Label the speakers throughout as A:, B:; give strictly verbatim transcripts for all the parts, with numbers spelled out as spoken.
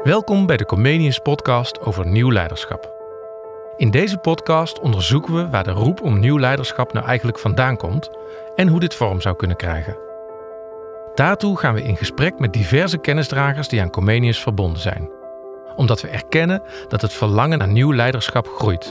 A: Welkom bij de Comenius podcast over nieuw leiderschap. In deze podcast onderzoeken we waar de roep om nieuw leiderschap nou eigenlijk vandaan komt en hoe dit vorm zou kunnen krijgen. Daartoe gaan we in gesprek met diverse kennisdragers die aan Comenius verbonden zijn. Omdat we erkennen dat het verlangen naar nieuw leiderschap groeit.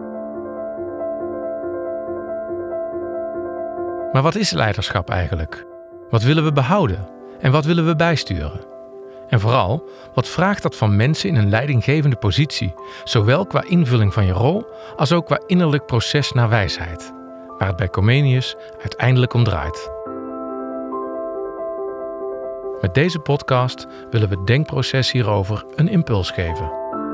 A: Maar wat is leiderschap eigenlijk? Wat willen we behouden? En wat willen we bijsturen? En vooral, wat vraagt dat van mensen in een leidinggevende positie, zowel qua invulling van je rol, als ook qua innerlijk proces naar wijsheid, waar het bij Comenius uiteindelijk om draait. Met deze podcast willen we het denkproces hierover een impuls geven.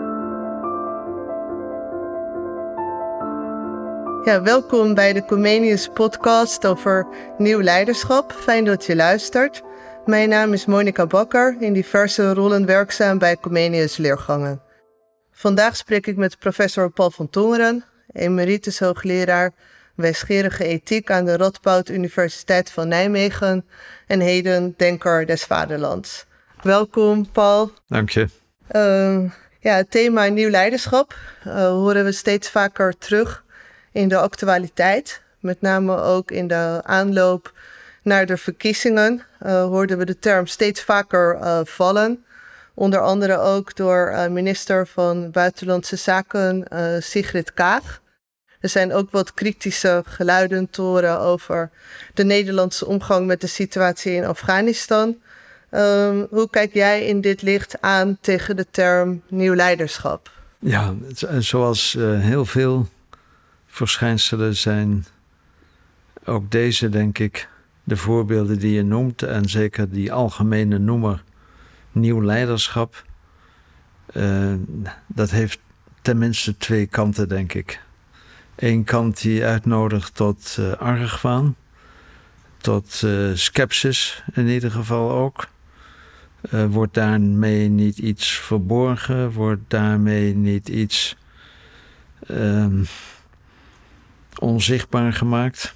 B: Ja, welkom bij de Comenius podcast over nieuw leiderschap. Fijn dat je luistert. Mijn naam is Monica Bakker, in diverse rollen werkzaam bij Comenius Leergangen. Vandaag spreek ik met professor Paul van Tongeren, emeritus hoogleraar wijsgerige ethiek aan de Radboud Universiteit van Nijmegen en heden denker des vaderlands. Welkom, Paul.
C: Dank je.
B: Uh, ja, het thema nieuw leiderschap uh, horen we steeds vaker terug in de actualiteit. Met name ook in de aanloop naar de verkiezingen uh, hoorden we de term steeds vaker uh, vallen. Onder andere ook door uh, minister van Buitenlandse Zaken uh, Sigrid Kaag. Er zijn ook wat kritische geluiden te horen over de Nederlandse omgang met de situatie in Afghanistan. Um, hoe kijk jij in dit licht aan tegen de term nieuw leiderschap?
C: Ja, zoals uh, heel veel verschijnselen zijn ook deze, denk ik, de voorbeelden die je noemt en zeker die algemene noemer nieuw leiderschap, uh, dat heeft tenminste twee kanten, denk ik. Eén kant die uitnodigt tot uh, argwaan, tot uh, skepsis in ieder geval ook. Uh, wordt daarmee niet iets verborgen? Wordt daarmee niet iets uh, onzichtbaar gemaakt?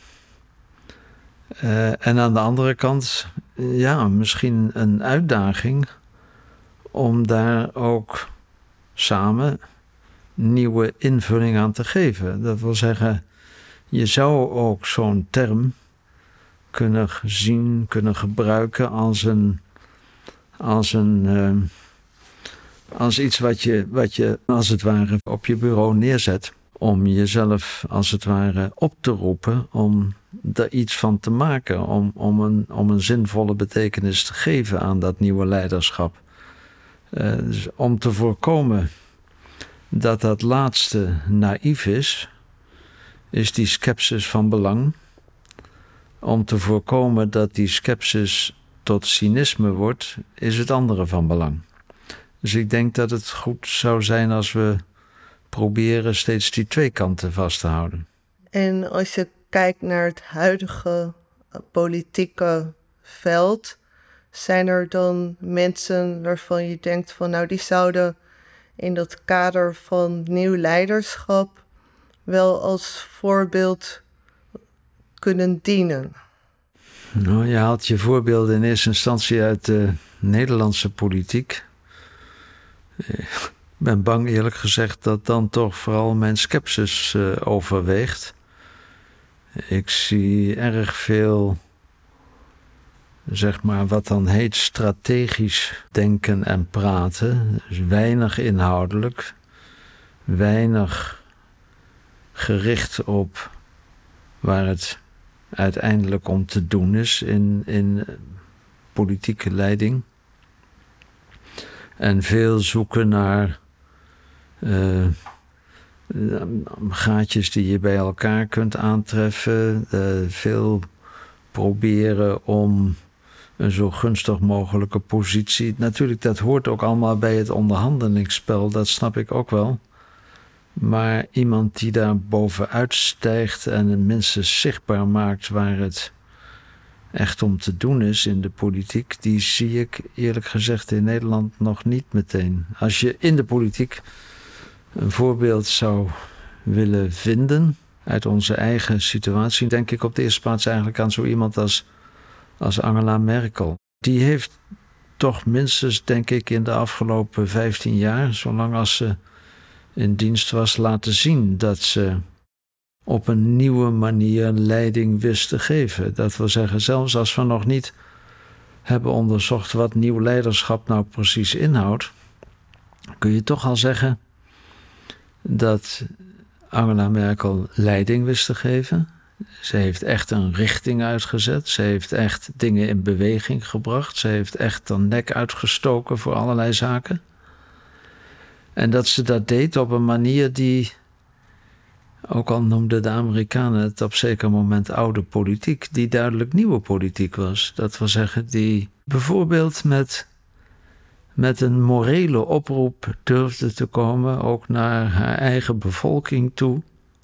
C: Uh, en aan de andere kant, ja, misschien een uitdaging om daar ook samen nieuwe invulling aan te geven. Dat wil zeggen, je zou ook zo'n term kunnen zien, kunnen gebruiken als een, als een, uh, als iets wat je, wat je als het ware op je bureau neerzet, om jezelf als het ware op te roepen, om er iets van te maken, om, om, een, om een zinvolle betekenis te geven aan dat nieuwe leiderschap. Uh, dus om te voorkomen dat dat laatste naïef is, is die skepsis van belang. Om te voorkomen dat die skepsis tot cynisme wordt, is het andere van belang. Dus ik denk dat het goed zou zijn als we proberen steeds die twee kanten vast te houden.
B: En als je kijkt naar het huidige politieke veld, zijn er dan mensen waarvan je denkt van nou die zouden in dat kader van nieuw leiderschap wel als voorbeeld kunnen dienen?
C: Nou, je haalt je voorbeelden in eerste instantie uit de Nederlandse politiek. Ik ben bang eerlijk gezegd dat dan toch vooral mijn skepsis uh, overweegt. Ik zie erg veel, zeg maar, wat dan heet strategisch denken en praten. Dus weinig inhoudelijk, weinig gericht op waar het uiteindelijk om te doen is in, in politieke leiding. En veel zoeken naar uh, gaatjes die je bij elkaar kunt aantreffen. Uh, veel proberen om een zo gunstig mogelijke positie. Natuurlijk, dat hoort ook allemaal bij het onderhandelingsspel, dat snap ik ook wel. Maar iemand die daar bovenuit stijgt en het minstens zichtbaar maakt waar het echt om te doen is in de politiek, die zie ik eerlijk gezegd in Nederland nog niet meteen. Als je in de politiek een voorbeeld zou willen vinden uit onze eigen situatie, denk ik op de eerste plaats eigenlijk aan zo iemand als, als Angela Merkel. Die heeft toch minstens, denk ik, in de afgelopen vijftien jaar, zolang als ze in dienst was, laten zien dat ze op een nieuwe manier leiding wist te geven. Dat wil zeggen, zelfs als we nog niet hebben onderzocht wat nieuw leiderschap nou precies inhoudt, kun je toch al zeggen dat Angela Merkel leiding wist te geven. Ze heeft echt een richting uitgezet. Ze heeft echt dingen in beweging gebracht. Ze heeft echt een nek uitgestoken voor allerlei zaken. En dat ze dat deed op een manier die, ook al noemden de Amerikanen het op zeker moment oude politiek, die duidelijk nieuwe politiek was. Dat wil zeggen, die bijvoorbeeld met, met een morele oproep durfde te komen, ook naar haar eigen bevolking toe,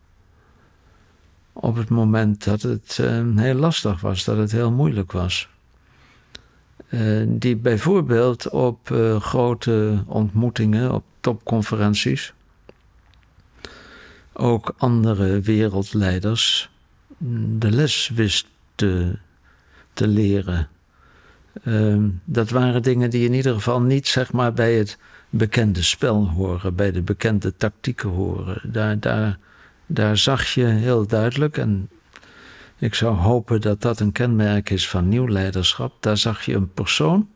C: op het moment dat het uh, heel lastig was, dat het heel moeilijk was. Uh, die bijvoorbeeld op uh, grote ontmoetingen, op topconferenties, ook andere wereldleiders de les wist te, te leren. Uh, dat waren dingen die in ieder geval niet, zeg maar, bij het bekende spel horen, bij de bekende tactieken horen. Daar, daar, daar zag je heel duidelijk, en ik zou hopen dat dat een kenmerk is van nieuw leiderschap, daar zag je een persoon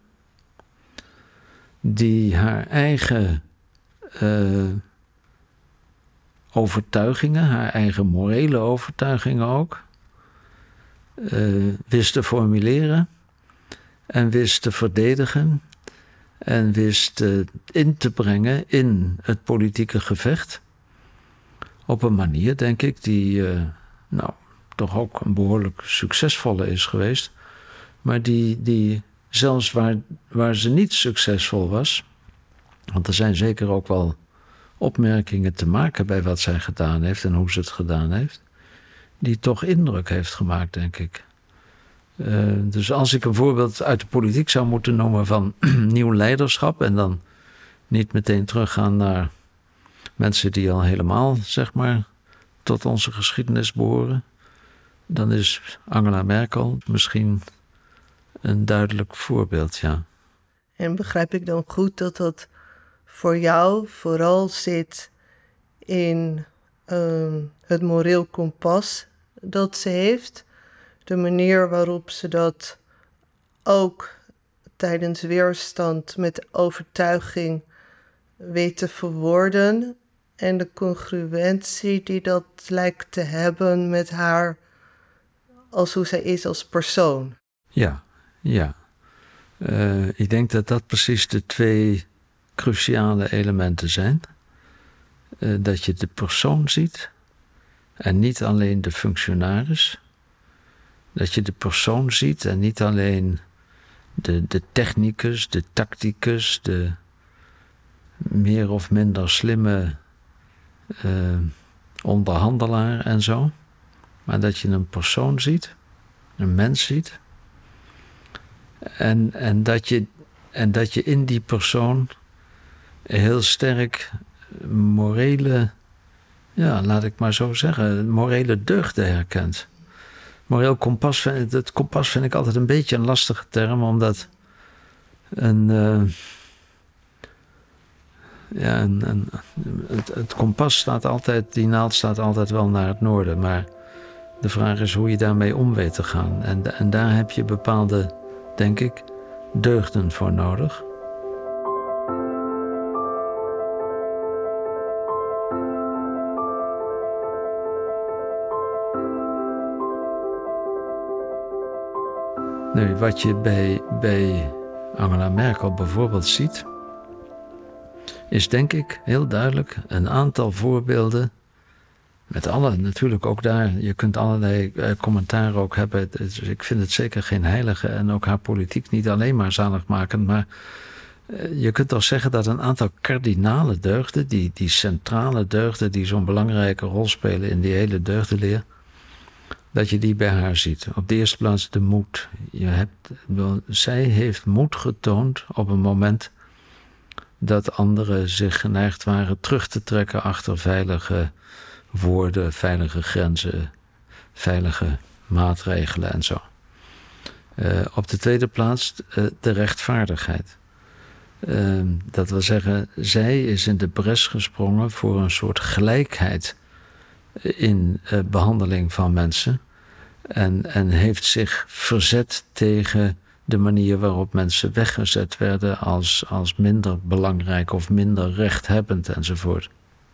C: die haar eigen uh, overtuigingen, haar eigen morele overtuigingen ook, uh, wist te formuleren en wist te verdedigen en wist uh, in te brengen in het politieke gevecht. Op een manier, denk ik, die uh, nou, toch ook een behoorlijk succesvolle is geweest. Maar die, die zelfs waar, waar ze niet succesvol was, want er zijn zeker ook wel opmerkingen te maken bij wat zij gedaan heeft en hoe ze het gedaan heeft, die toch indruk heeft gemaakt, denk ik. Uh, dus als ik een voorbeeld uit de politiek zou moeten noemen van nieuw leiderschap, en dan niet meteen teruggaan naar mensen die al helemaal, zeg maar, tot onze geschiedenis behoren, dan is Angela Merkel misschien een duidelijk voorbeeld, ja.
B: En begrijp ik dan goed dat dat voor jou vooral zit in uh, het moreel kompas dat ze heeft, de manier waarop ze dat ook tijdens weerstand met overtuiging weet te verwoorden en de congruentie die dat lijkt te hebben met haar als hoe zij is als persoon.
C: Ja, ja. Uh, ik denk dat dat precies de twee cruciale elementen zijn. Uh, dat je de persoon ziet en niet alleen de functionaris. Dat je de persoon ziet en niet alleen de, de technicus, de tacticus, de meer of minder slimme uh, onderhandelaar en zo. Maar dat je een persoon ziet, een mens ziet. En, en, dat je, en dat je in die persoon heel sterk morele, ja, laat ik maar zo zeggen, morele deugden herkent. Moreel kompas, het kompas vind ik altijd een beetje een lastige term, omdat een, uh, ja, een, een, het, het kompas staat altijd, die naald staat altijd wel naar het noorden, maar de vraag is hoe je daarmee om weet te gaan. En, en daar heb je bepaalde, denk ik, deugden voor nodig. Nu, wat je bij, bij Angela Merkel bijvoorbeeld ziet, is denk ik heel duidelijk een aantal voorbeelden. Met alle, natuurlijk ook daar, je kunt allerlei eh, commentaren ook hebben. Dus ik vind het zeker geen heilige en ook haar politiek niet alleen maar zaligmakend. Maar eh, je kunt toch zeggen dat een aantal kardinale deugden, die, die centrale deugden die zo'n belangrijke rol spelen in die hele deugdenleer, dat je die bij haar ziet. Op de eerste plaats de moed. Je hebt, zij heeft moed getoond op een moment dat anderen zich geneigd waren terug te trekken achter veilige woorden, veilige grenzen, veilige maatregelen en zo. Uh, op de tweede plaats uh, de rechtvaardigheid. Uh, dat wil zeggen, zij is in de bres gesprongen voor een soort gelijkheid in uh, behandeling van mensen. En, en heeft zich verzet tegen de manier waarop mensen weggezet werden als, als minder belangrijk of minder rechthebbend enzovoort.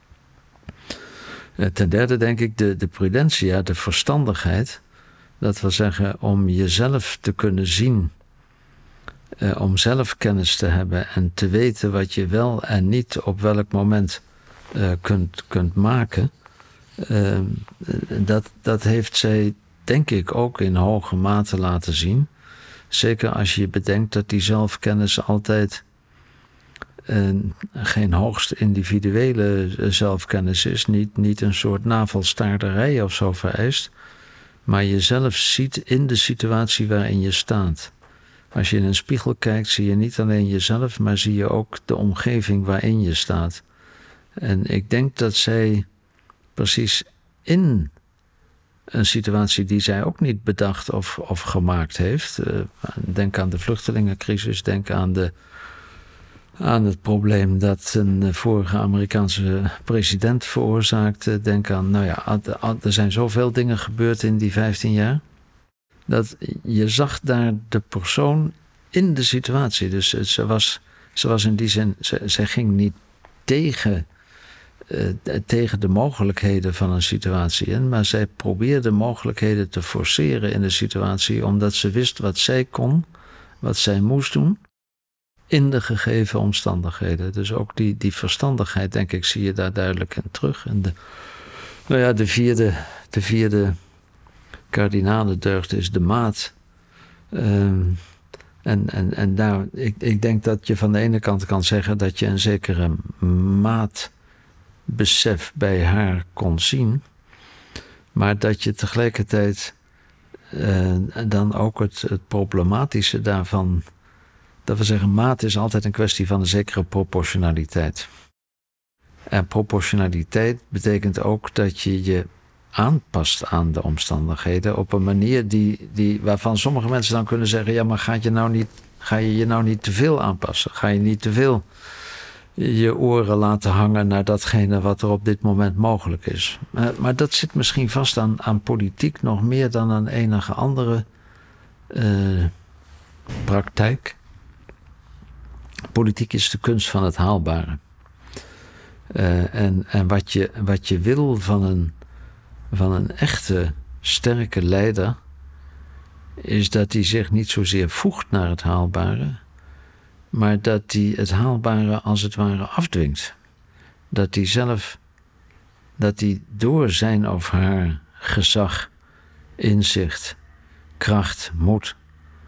C: Uh, ten derde denk ik de, de prudentia, de verstandigheid. Dat wil zeggen om jezelf te kunnen zien. Uh, om zelf kennis te hebben en te weten wat je wel en niet op welk moment uh, kunt, kunt maken. Uh, dat, dat heeft zij, denk ik, ook in hoge mate laten zien. Zeker als je bedenkt dat die zelfkennis altijd uh, geen hoogst individuele zelfkennis is. Niet, niet een soort navelstaarderij of zo vereist. Maar jezelf ziet in de situatie waarin je staat. Als je in een spiegel kijkt, zie je niet alleen jezelf, maar zie je ook de omgeving waarin je staat. En ik denk dat zij precies in een situatie die zij ook niet bedacht of, of gemaakt heeft. Uh, denk aan de vluchtelingencrisis, denk aan, de, aan het probleem dat een vorige Amerikaanse president veroorzaakte. Denk aan, nou ja, er zijn zoveel dingen gebeurd in die vijftien jaar. Dat je zag daar de persoon in de situatie. Dus ze was, ze was in die zin, ze, zij ging niet tegen, uh, tegen de mogelijkheden van een situatie in, maar zij probeerde mogelijkheden te forceren in de situatie, omdat ze wist wat zij kon, wat zij moest doen, in de gegeven omstandigheden. Dus ook die, die verstandigheid, denk ik, zie je daar duidelijk in terug. En de, nou ja, de vierde, de vierde kardinale deugd is de maat. Um, en en, en daar, ik, ik denk dat je van de ene kant kan zeggen dat je een zekere maatbesef bij haar kon zien, maar dat je tegelijkertijd uh, dan ook het, het problematische daarvan, dat we zeggen, maat is altijd een kwestie van een zekere proportionaliteit. En proportionaliteit betekent ook dat je je aanpast aan de omstandigheden op een manier die, die, waarvan sommige mensen dan kunnen zeggen, ja, maar ga je, nou niet, ga je je nou niet te veel aanpassen? Ga je niet te veel je oren laten hangen naar datgene wat er op dit moment mogelijk is? Maar, maar dat zit misschien vast aan, aan politiek nog meer dan aan enige andere uh, praktijk. Politiek is de kunst van het haalbare. Uh, en en wat, je, wat je wil van een van een echte sterke leider is dat hij zich niet zozeer voegt naar het haalbare, maar dat hij het haalbare als het ware afdwingt. Dat hij zelf, dat hij door zijn of haar gezag, inzicht, kracht, moed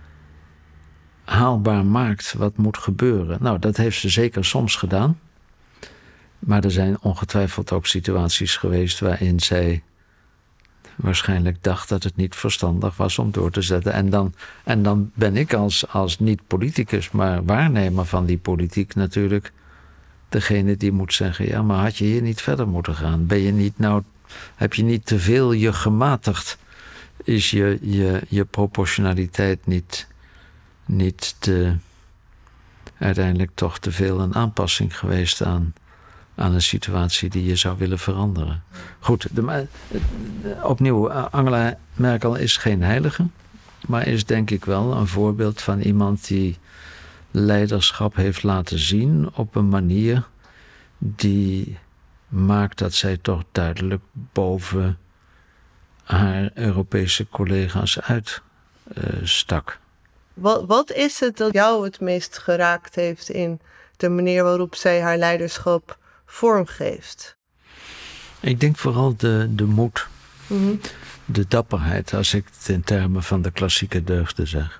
C: haalbaar maakt wat moet gebeuren. Nou, dat heeft ze zeker soms gedaan, maar er zijn ongetwijfeld ook situaties geweest waarin zij waarschijnlijk dacht dat het niet verstandig was om door te zetten. En dan, en dan ben ik als, als niet-politicus, maar waarnemer van die politiek natuurlijk degene die moet zeggen, ja, maar had je hier niet verder moeten gaan? Ben je niet nou, heb je niet te veel je gematigd? Is je, je, je proportionaliteit niet, niet te, uiteindelijk toch te veel een aanpassing geweest aan aan een situatie die je zou willen veranderen. Goed, de, de, opnieuw, Angela Merkel is geen heilige, maar is denk ik wel een voorbeeld van iemand die leiderschap heeft laten zien op een manier die maakt dat zij toch duidelijk boven haar Europese collega's uitstak. Uh,
B: wat, wat is het dat jou het meest geraakt heeft in de manier waarop zij haar leiderschap vormgeeft?
C: Ik denk vooral de, de moed,
B: mm-hmm.
C: de dapperheid, als ik het in termen van de klassieke deugden zeg.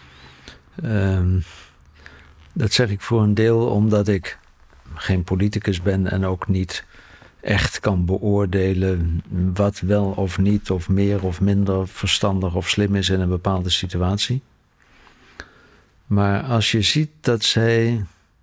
C: Um, dat zeg ik voor een deel omdat ik geen politicus ben en ook niet echt kan beoordelen wat wel of niet of meer of minder verstandig of slim is in een bepaalde situatie. Maar als je ziet dat zij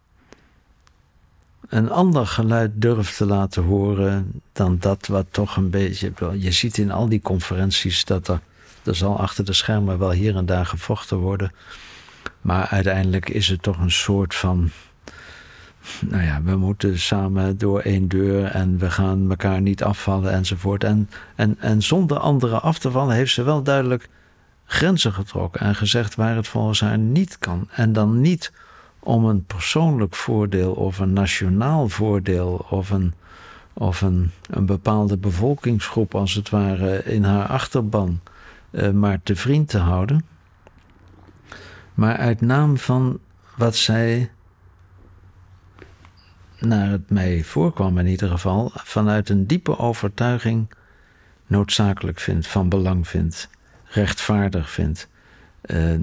C: een ander geluid durft te laten horen dan dat wat toch een beetje... Je ziet in al die conferenties dat er er zal achter de schermen wel hier en daar gevochten worden. Maar uiteindelijk is het toch een soort van... Nou ja, we moeten samen door één deur en we gaan elkaar niet afvallen enzovoort. En, en, en zonder anderen af te vallen heeft ze wel duidelijk grenzen getrokken en gezegd waar het volgens haar niet kan. En dan niet om een persoonlijk voordeel of een nationaal voordeel of een, of een, een bepaalde bevolkingsgroep als het ware in haar achterban uh, maar te vriend te houden. Maar uit naam van wat zij, naar het mij voorkwam in ieder geval, vanuit een diepe overtuiging noodzakelijk vindt, van belang vindt, rechtvaardig vindt. Uh,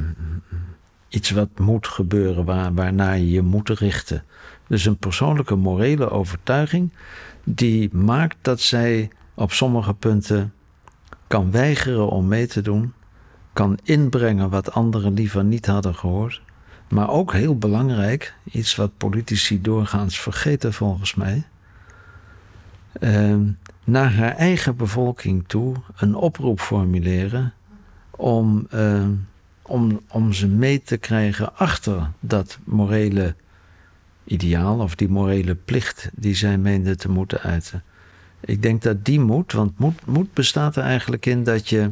C: iets wat moet gebeuren, waar, waarnaar je je moet richten. Dus een persoonlijke morele overtuiging die maakt dat zij op sommige punten kan weigeren om mee te doen, kan inbrengen wat anderen liever niet hadden gehoord. Maar ook heel belangrijk, iets wat politici doorgaans vergeten volgens mij, uh, naar haar eigen bevolking toe een oproep formuleren om, uh, om, om ze mee te krijgen achter dat morele ideaal of die morele plicht die zij meende te moeten uiten. Ik denk dat die moed, want moed, moed bestaat er eigenlijk in dat je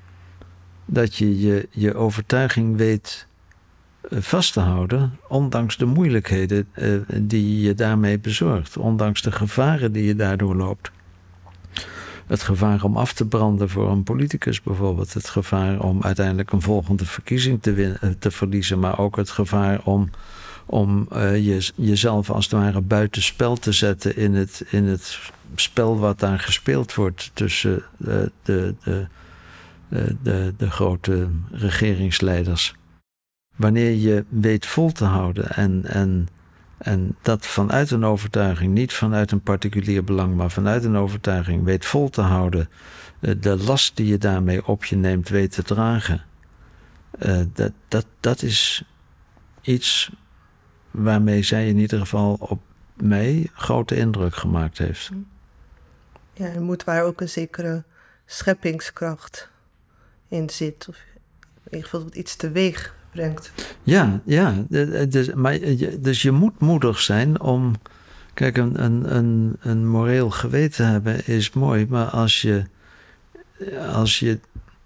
C: dat je, je je overtuiging weet uh, vast te houden, ondanks de moeilijkheden uh, die je daarmee bezorgt, ondanks de gevaren die je daardoor loopt. Het gevaar om af te branden voor een politicus bijvoorbeeld. Het gevaar om uiteindelijk een volgende verkiezing te, win- te verliezen. Maar ook het gevaar om, om uh, je, jezelf als het ware buitenspel te zetten in het, in het spel wat daar gespeeld wordt tussen de, de, de, de, de, de grote regeringsleiders. Wanneer je weet vol te houden en, en En dat vanuit een overtuiging, niet vanuit een particulier belang, maar vanuit een overtuiging weet vol te houden, de last die je daarmee op je neemt weet te dragen. Uh, dat, dat, dat is iets waarmee zij in ieder geval op mij grote indruk gemaakt heeft.
B: Ja, er moet waar ook een zekere scheppingskracht in zit. Of in ieder geval wat iets teweeg brengt.
C: Ja, ja. Dus, maar, dus je moet moedig zijn om... Kijk, een, een, een, een moreel geweten hebben is mooi, maar als je, als je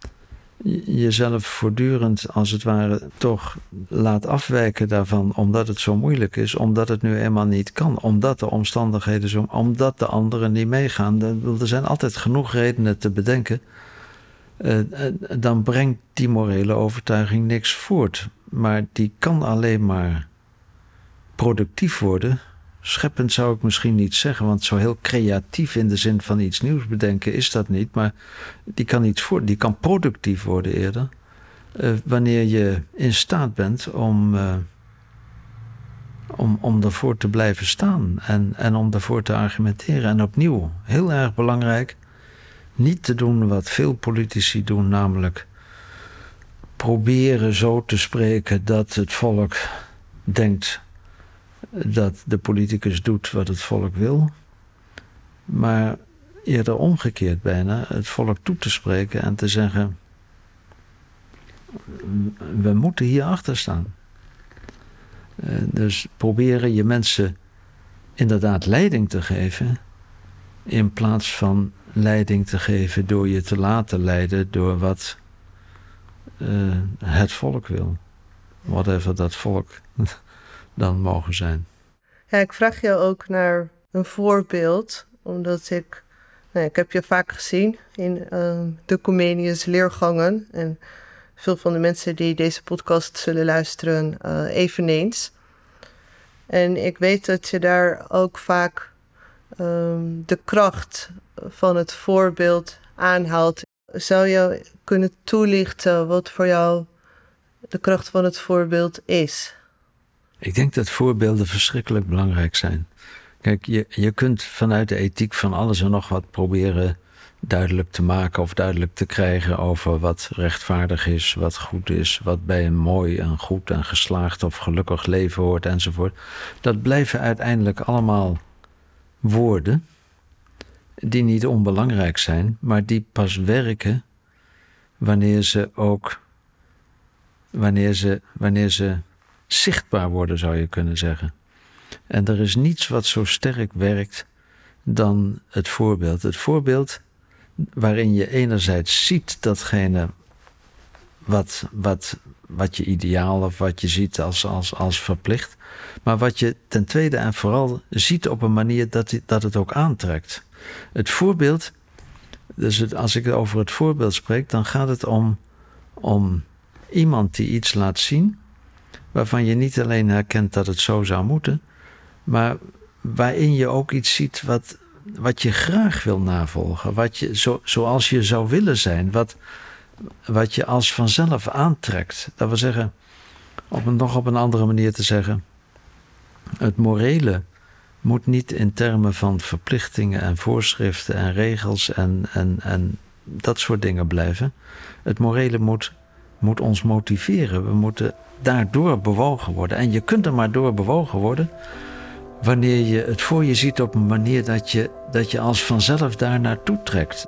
C: jezelf voortdurend, als het ware, toch laat afwijken daarvan, omdat het zo moeilijk is, omdat het nu eenmaal niet kan, omdat de omstandigheden zo, omdat de anderen niet meegaan, dan, er zijn altijd genoeg redenen te bedenken. Uh, dan brengt die morele overtuiging niks voort. Maar die kan alleen maar productief worden. Scheppend zou ik misschien niet zeggen, want zo heel creatief in de zin van iets nieuws bedenken is dat niet. Maar die kan, iets voor, die kan productief worden eerder. Uh, wanneer je in staat bent om, uh, om, om ervoor te blijven staan en, en om ervoor te argumenteren. En opnieuw, heel erg belangrijk, niet te doen wat veel politici doen, namelijk proberen zo te spreken dat het volk denkt dat de politicus doet wat het volk wil. Maar eerder omgekeerd bijna, het volk toe te spreken en te zeggen, we moeten hier achter staan. Uh, dus proberen je mensen inderdaad leiding te geven, in plaats van leiding te geven door je te laten leiden door wat uh, het volk wil. Whatever dat volk dan mogen zijn.
B: Ja, ik vraag jou ook naar een voorbeeld, omdat ik, nou, ik heb je vaak gezien in uh, de Comenius leergangen en veel van de mensen die deze podcast zullen luisteren uh, eveneens. En ik weet dat je daar ook vaak um, de kracht van het voorbeeld aanhaalt. Zou je kunnen toelichten wat voor jou de kracht van het voorbeeld is?
C: Ik denk dat voorbeelden verschrikkelijk belangrijk zijn. Kijk, je, je kunt vanuit de ethiek van alles en nog wat proberen duidelijk te maken of duidelijk te krijgen over wat rechtvaardig is, wat goed is, wat bij een mooi en goed en geslaagd of gelukkig leven hoort enzovoort. Dat blijven uiteindelijk allemaal woorden die niet onbelangrijk zijn, maar die pas werken wanneer ze ook, wanneer ze, wanneer ze zichtbaar worden, zou je kunnen zeggen. En er is niets wat zo sterk werkt dan het voorbeeld. Het voorbeeld waarin je enerzijds ziet datgene wat, wat, wat je ideaal of wat je ziet als, als, als verplicht. Maar wat je ten tweede en vooral ziet op een manier dat, het, dat het ook aantrekt. Het voorbeeld, dus het, als ik over het voorbeeld spreek, dan gaat het om, om iemand die iets laat zien, waarvan je niet alleen herkent dat het zo zou moeten, maar waarin je ook iets ziet wat, wat je graag wil navolgen. Wat je, zo, zoals je zou willen zijn. Wat, wat je als vanzelf aantrekt. Dat wil zeggen, om het nog op een andere manier te zeggen, het morele moet niet in termen van verplichtingen en voorschriften en regels en, en, en dat soort dingen blijven. Het morele moet, moet ons motiveren. We moeten daardoor bewogen worden. En je kunt er maar door bewogen worden wanneer je het voor je ziet op een manier dat je, dat je als vanzelf daar naartoe trekt.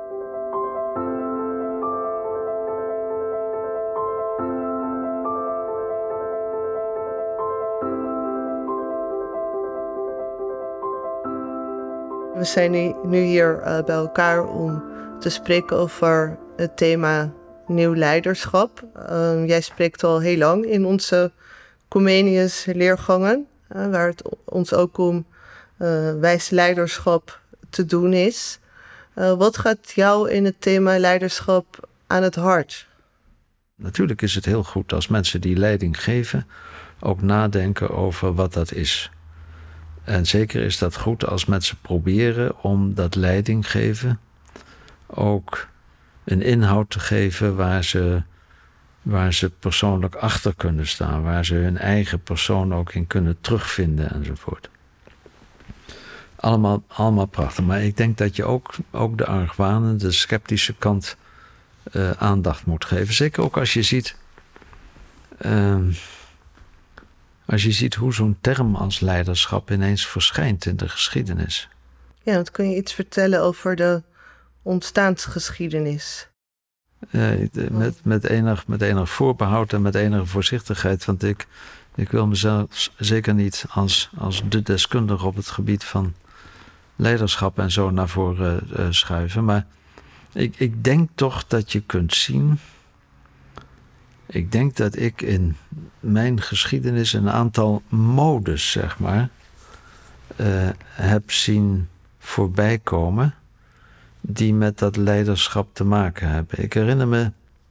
B: We zijn nu hier uh, bij elkaar om te spreken over het thema nieuw leiderschap. Uh, jij spreekt al heel lang in onze Comenius leergangen, uh, waar het ons ook om uh, wijs leiderschap te doen is. Uh, wat gaat jou in het thema leiderschap aan het hart?
C: Natuurlijk is het heel goed als mensen die leiding geven ook nadenken over wat dat is. En zeker is dat goed als mensen proberen om dat leiding geven ook een inhoud te geven waar ze, waar ze persoonlijk achter kunnen staan, waar ze hun eigen persoon ook in kunnen terugvinden enzovoort. Allemaal, allemaal prachtig, maar ik denk dat je ook, ook de argwanen, de sceptische kant uh, aandacht moet geven. Zeker ook als je ziet, uh, als je ziet hoe zo'n term als leiderschap ineens verschijnt in de geschiedenis.
B: Ja, want kun je iets vertellen over de ontstaansgeschiedenis?
C: Uh, met, met, enig, met enig voorbehoud en met enige voorzichtigheid, want ik, ik wil mezelf zeker niet als, als de deskundige op het gebied van leiderschap en zo naar voren uh, schuiven. Maar ik, ik denk toch dat je kunt zien. Ik denk dat ik in mijn geschiedenis een aantal modes, zeg maar, uh, heb zien voorbij komen die met dat leiderschap te maken hebben. Ik herinner me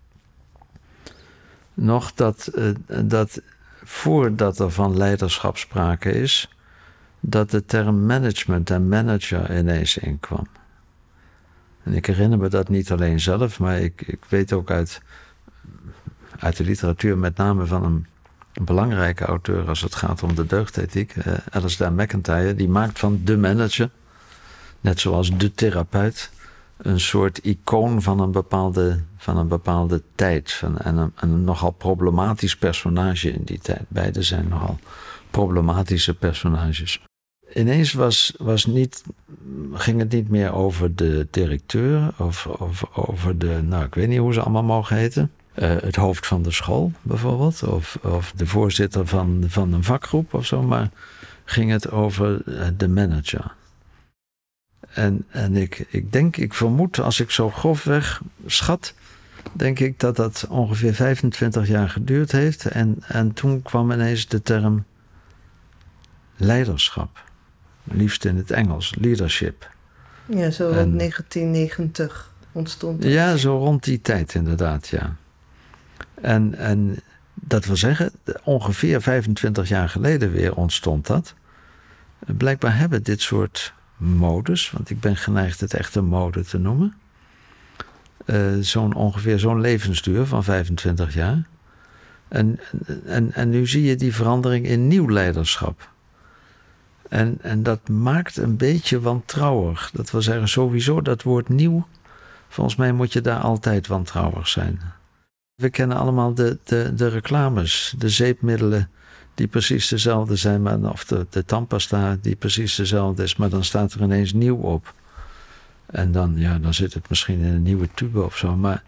C: nog dat, uh, dat voordat er van leiderschap sprake is, dat de term management en manager ineens inkwam. En ik herinner me dat niet alleen zelf, maar ik, ik weet ook uit, uit de literatuur, met name van een, een belangrijke auteur als het gaat om de deugdethiek, uh, Alasdair MacIntyre, die maakt van de manager, net zoals de therapeut, een soort icoon van een bepaalde, van een bepaalde tijd. Van, en een, een nogal problematisch personage in die tijd. Beide zijn nogal problematische personages. Ineens was, was niet, ging het niet meer over de directeur of, of over de, nou ik weet niet hoe ze allemaal mogen heten. Uh, het hoofd van de school bijvoorbeeld. Of, of de voorzitter van, van een vakgroep of zo. Maar ging het over de manager. En, en ik, ik denk, ik vermoed, als ik zo grofweg schat, denk ik dat dat ongeveer vijfentwintig jaar geduurd heeft. En, en toen kwam ineens de term leiderschap. Liefst in het Engels, leadership.
B: Ja, zo rond en, negentien negentig ontstond dat.
C: Ja, zo rond die tijd inderdaad, ja. En, en dat wil zeggen, ongeveer vijfentwintig jaar geleden weer ontstond dat. Blijkbaar hebben dit soort modes, want ik ben geneigd het echt een mode te noemen. Uh, zo'n ongeveer zo'n levensduur van vijfentwintig jaar. En, en, en nu zie je die verandering in nieuw leiderschap. En, en dat maakt een beetje wantrouwig. Dat wil zeggen, sowieso dat woord nieuw, volgens mij moet je daar altijd wantrouwig zijn. We kennen allemaal de, de, de reclames, de zeepmiddelen die precies dezelfde zijn, maar, of de, de tandpasta die precies dezelfde is, maar dan staat er ineens nieuw op. En dan, ja, dan zit het misschien in een nieuwe tube of zo. Maar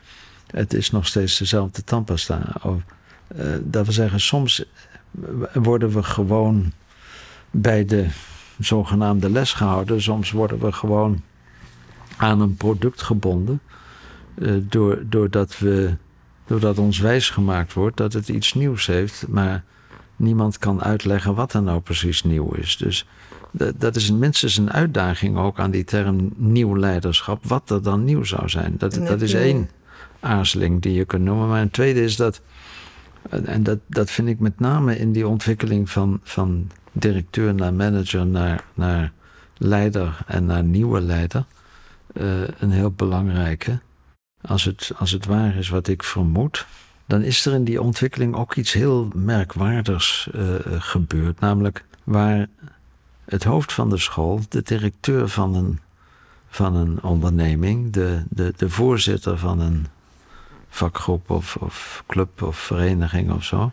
C: het is nog steeds dezelfde tandpasta. Of, uh, dat wil zeggen, soms worden we gewoon bij de zogenaamde les gehouden. Soms worden we gewoon aan een product gebonden. Uh, door, doordat, we, doordat ons wijsgemaakt wordt dat het iets nieuws heeft. Maar niemand kan uitleggen wat er nou precies nieuw is. Dus dat, dat is minstens een uitdaging ook aan die term nieuw leiderschap. Wat er dan nieuw zou zijn. Dat, dat is één aarzeling die je kunt noemen. Maar een tweede is dat, en dat, dat vind ik met name in die ontwikkeling van, van directeur naar manager, naar, naar leider en naar nieuwe leider, uh, een heel belangrijke. Als het, als het waar is wat ik vermoed, dan is er in die ontwikkeling ook iets heel merkwaardigs uh, gebeurd. Namelijk waar het hoofd van de school, de directeur van een, van een onderneming, de, de, de voorzitter van een vakgroep of, of club of vereniging of zo.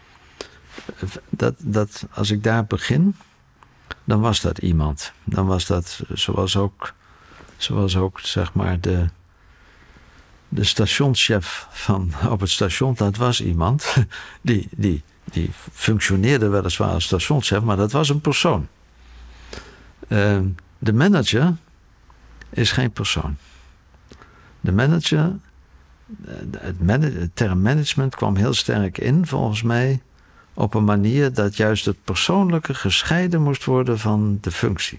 C: Dat, dat, als ik daar begin, dan was dat iemand. Dan was dat, zoals ook, zoals ook zeg maar de, de stationschef van, op het station, dat was iemand. Die, die, die functioneerde weliswaar als stationschef, maar dat was een persoon. Uh, de manager is geen persoon. De manager, het, man, het term management kwam heel sterk in, volgens mij, op een manier dat juist het persoonlijke gescheiden moest worden van de functie.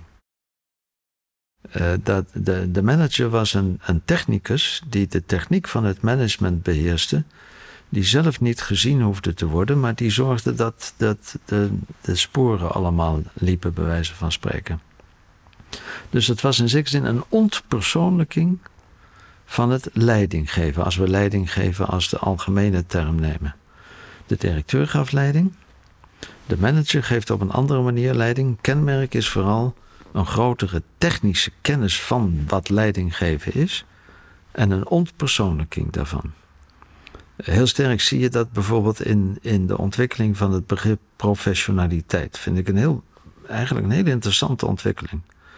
C: Uh, dat de, de manager was een, een technicus die de techniek van het management beheerste, die zelf niet gezien hoefde te worden, maar die zorgde dat, dat de, de sporen allemaal liepen, bij wijze van spreken. Dus het was in zekere zin een ontpersoonlijking van het leidinggeven, als we leiding geven als de algemene term nemen. De directeur gaf leiding, de manager geeft op een andere manier leiding. Kenmerk is vooral een grotere technische kennis van wat leiding geven is en een ontpersoonlijking daarvan. Heel sterk zie je dat bijvoorbeeld in, in de ontwikkeling van het begrip professionaliteit. Vind ik een heel, eigenlijk een hele interessante ontwikkeling.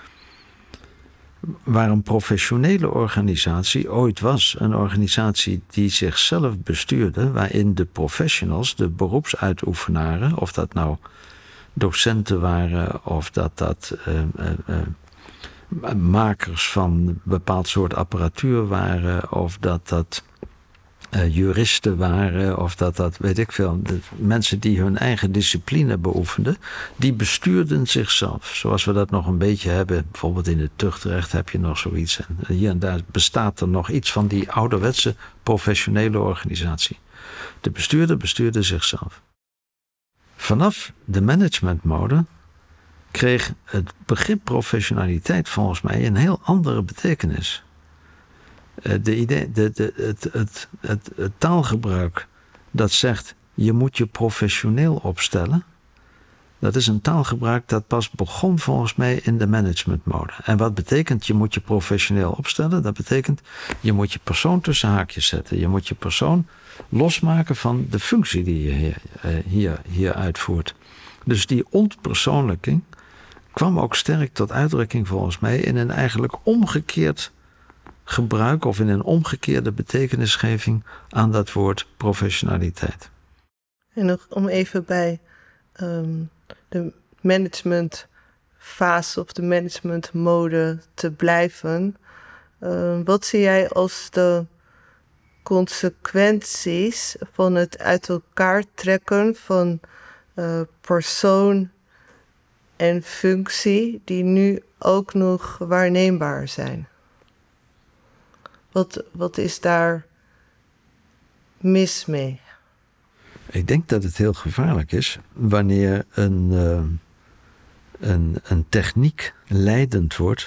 C: Waar een professionele organisatie ooit was, een organisatie die zichzelf bestuurde, waarin de professionals, de beroepsuitoefenaren, of dat nou docenten waren, of dat dat uh, uh, uh, makers van een bepaald soort apparatuur waren, of dat dat uh, juristen waren, of dat dat, weet ik veel, de mensen die hun eigen discipline beoefenden, die bestuurden zichzelf. Zoals we dat nog een beetje hebben, bijvoorbeeld in het tuchtrecht heb je nog zoiets. En hier en daar bestaat er nog iets van die ouderwetse professionele organisatie. De bestuurder bestuurde zichzelf. Vanaf de managementmode kreeg het begrip professionaliteit volgens mij een heel andere betekenis. De idee, de, de, het, het, het, het taalgebruik dat zegt je moet je professioneel opstellen, dat is een taalgebruik dat pas begon volgens mij in de managementmode. En wat betekent je moet je professioneel opstellen? Dat betekent je moet je persoon tussen haakjes zetten. Je moet je persoon losmaken van de functie die je hier, hier, hier uitvoert. Dus die ontpersoonlijking kwam ook sterk tot uitdrukking volgens mij in een eigenlijk omgekeerd gebruik of in een omgekeerde betekenisgeving aan dat woord professionaliteit.
B: En nog om even bij um, de managementfase of de managementmode te blijven. Uh, wat zie jij als de consequenties van het uit elkaar trekken van uh, persoon en functie die nu ook nog waarneembaar zijn? Wat, wat is daar mis mee?
C: Ik denk dat het heel gevaarlijk is wanneer een, uh, een, een techniek leidend wordt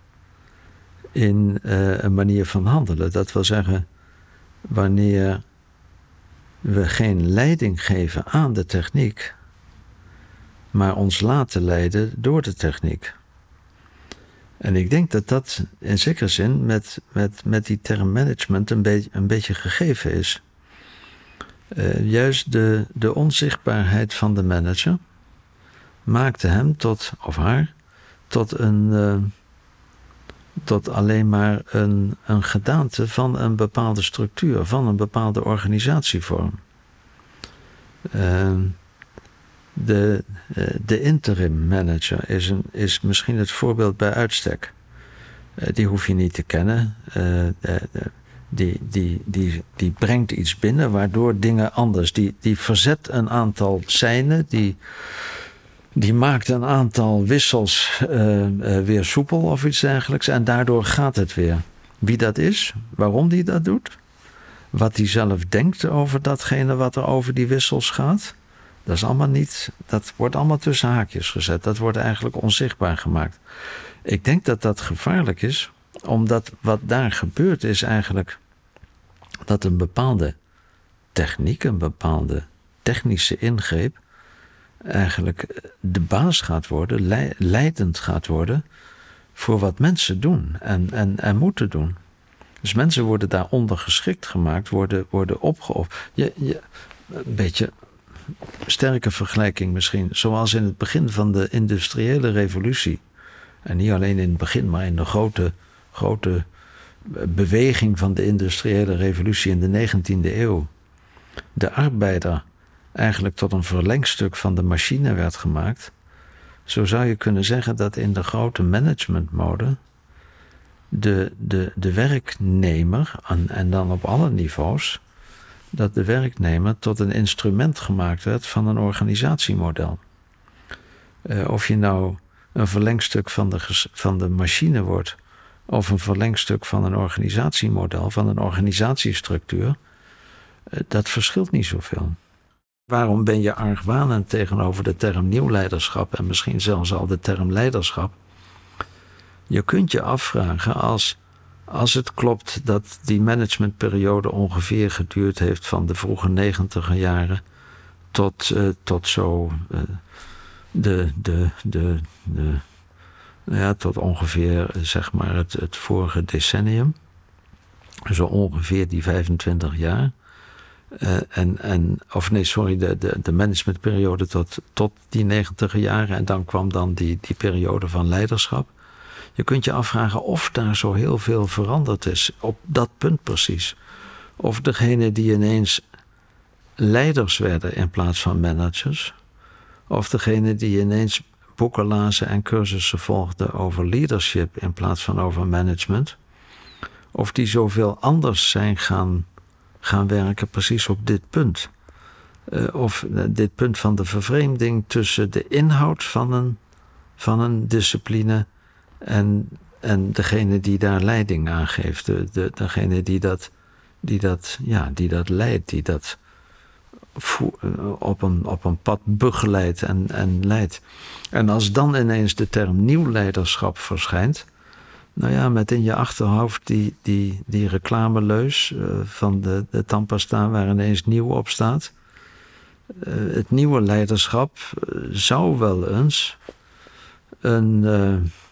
C: in uh, een manier van handelen. Dat wil zeggen, wanneer we geen leiding geven aan de techniek, maar ons laten leiden door de techniek. En ik denk dat dat in zekere zin met, met, met die term management een, be- een beetje gegeven is. Uh, juist de, de onzichtbaarheid van de manager maakte hem tot, of haar, tot een, uh, tot alleen maar een, een gedaante van een bepaalde structuur, van een bepaalde organisatievorm. Uh, de, uh, de interim manager is, een, is misschien het voorbeeld bij uitstek. Uh, die hoef je niet te kennen. Uh, de, de, die, die, die, die brengt iets binnen waardoor dingen anders. Die, die verzet een aantal seinen, die... Die maakt een aantal wissels uh, uh, weer soepel of iets dergelijks. En daardoor gaat het weer. Wie dat is, waarom die dat doet. Wat hij zelf denkt over datgene wat er over die wissels gaat. Dat is allemaal niet, dat wordt allemaal tussen haakjes gezet. Dat wordt eigenlijk onzichtbaar gemaakt. Ik denk dat dat gevaarlijk is. Omdat wat daar gebeurt is eigenlijk dat een bepaalde techniek, een bepaalde technische ingreep eigenlijk de baas gaat worden, leidend gaat worden voor wat mensen doen en, en, en moeten doen. Dus mensen worden daaronder geschikt gemaakt, worden, worden opgeofferd. Je, je, een beetje sterke vergelijking misschien, zoals in het begin van de industriële revolutie. En niet alleen in het begin, maar in de grote, grote beweging van de industriële revolutie in de negentiende eeuw. De arbeider eigenlijk tot een verlengstuk van de machine werd gemaakt. Zo zou je kunnen zeggen dat in de grote managementmode de, de, de werknemer, en, en dan op alle niveaus, dat de werknemer tot een instrument gemaakt werd van een organisatiemodel. Uh, of je nou een verlengstuk van de, van de machine wordt, of een verlengstuk van een organisatiemodel, van een organisatiestructuur, uh, dat verschilt niet zoveel. Waarom ben je argwanend tegenover de term nieuw leiderschap en misschien zelfs al de term leiderschap? Je kunt je afvragen als, als het klopt dat die managementperiode ongeveer geduurd heeft van de vroege negentiger jaren tot, uh, tot zo uh, de, de, de, de, ja, tot ongeveer zeg maar het, het vorige decennium. Zo ongeveer die vijfentwintig jaar. Uh, en, en, of nee, sorry, de, de, de managementperiode tot, tot die negentiger jaren. En dan kwam dan die, die periode van leiderschap. Je kunt je afvragen of daar zo heel veel veranderd is. Op dat punt precies. Of degene die ineens leiders werden in plaats van managers. Of degene die ineens boeken lazen en cursussen volgden over leadership in plaats van over management. Of die zoveel anders zijn gaan... gaan werken precies op dit punt. Uh, of uh, dit punt van de vervreemding tussen de inhoud van een, van een discipline en, en degene die daar leiding aan geeft. De, de, degene die dat, die, dat, ja, die dat leidt, die dat vo, uh, op, een, op een pad begeleidt en, en leidt. En als dan ineens de term nieuw leiderschap verschijnt, nou ja, met in je achterhoofd die, die, die reclameleus uh, van de, de tandpasta waar ineens nieuw op staat. Uh, het nieuwe leiderschap uh, zou wel eens een, uh,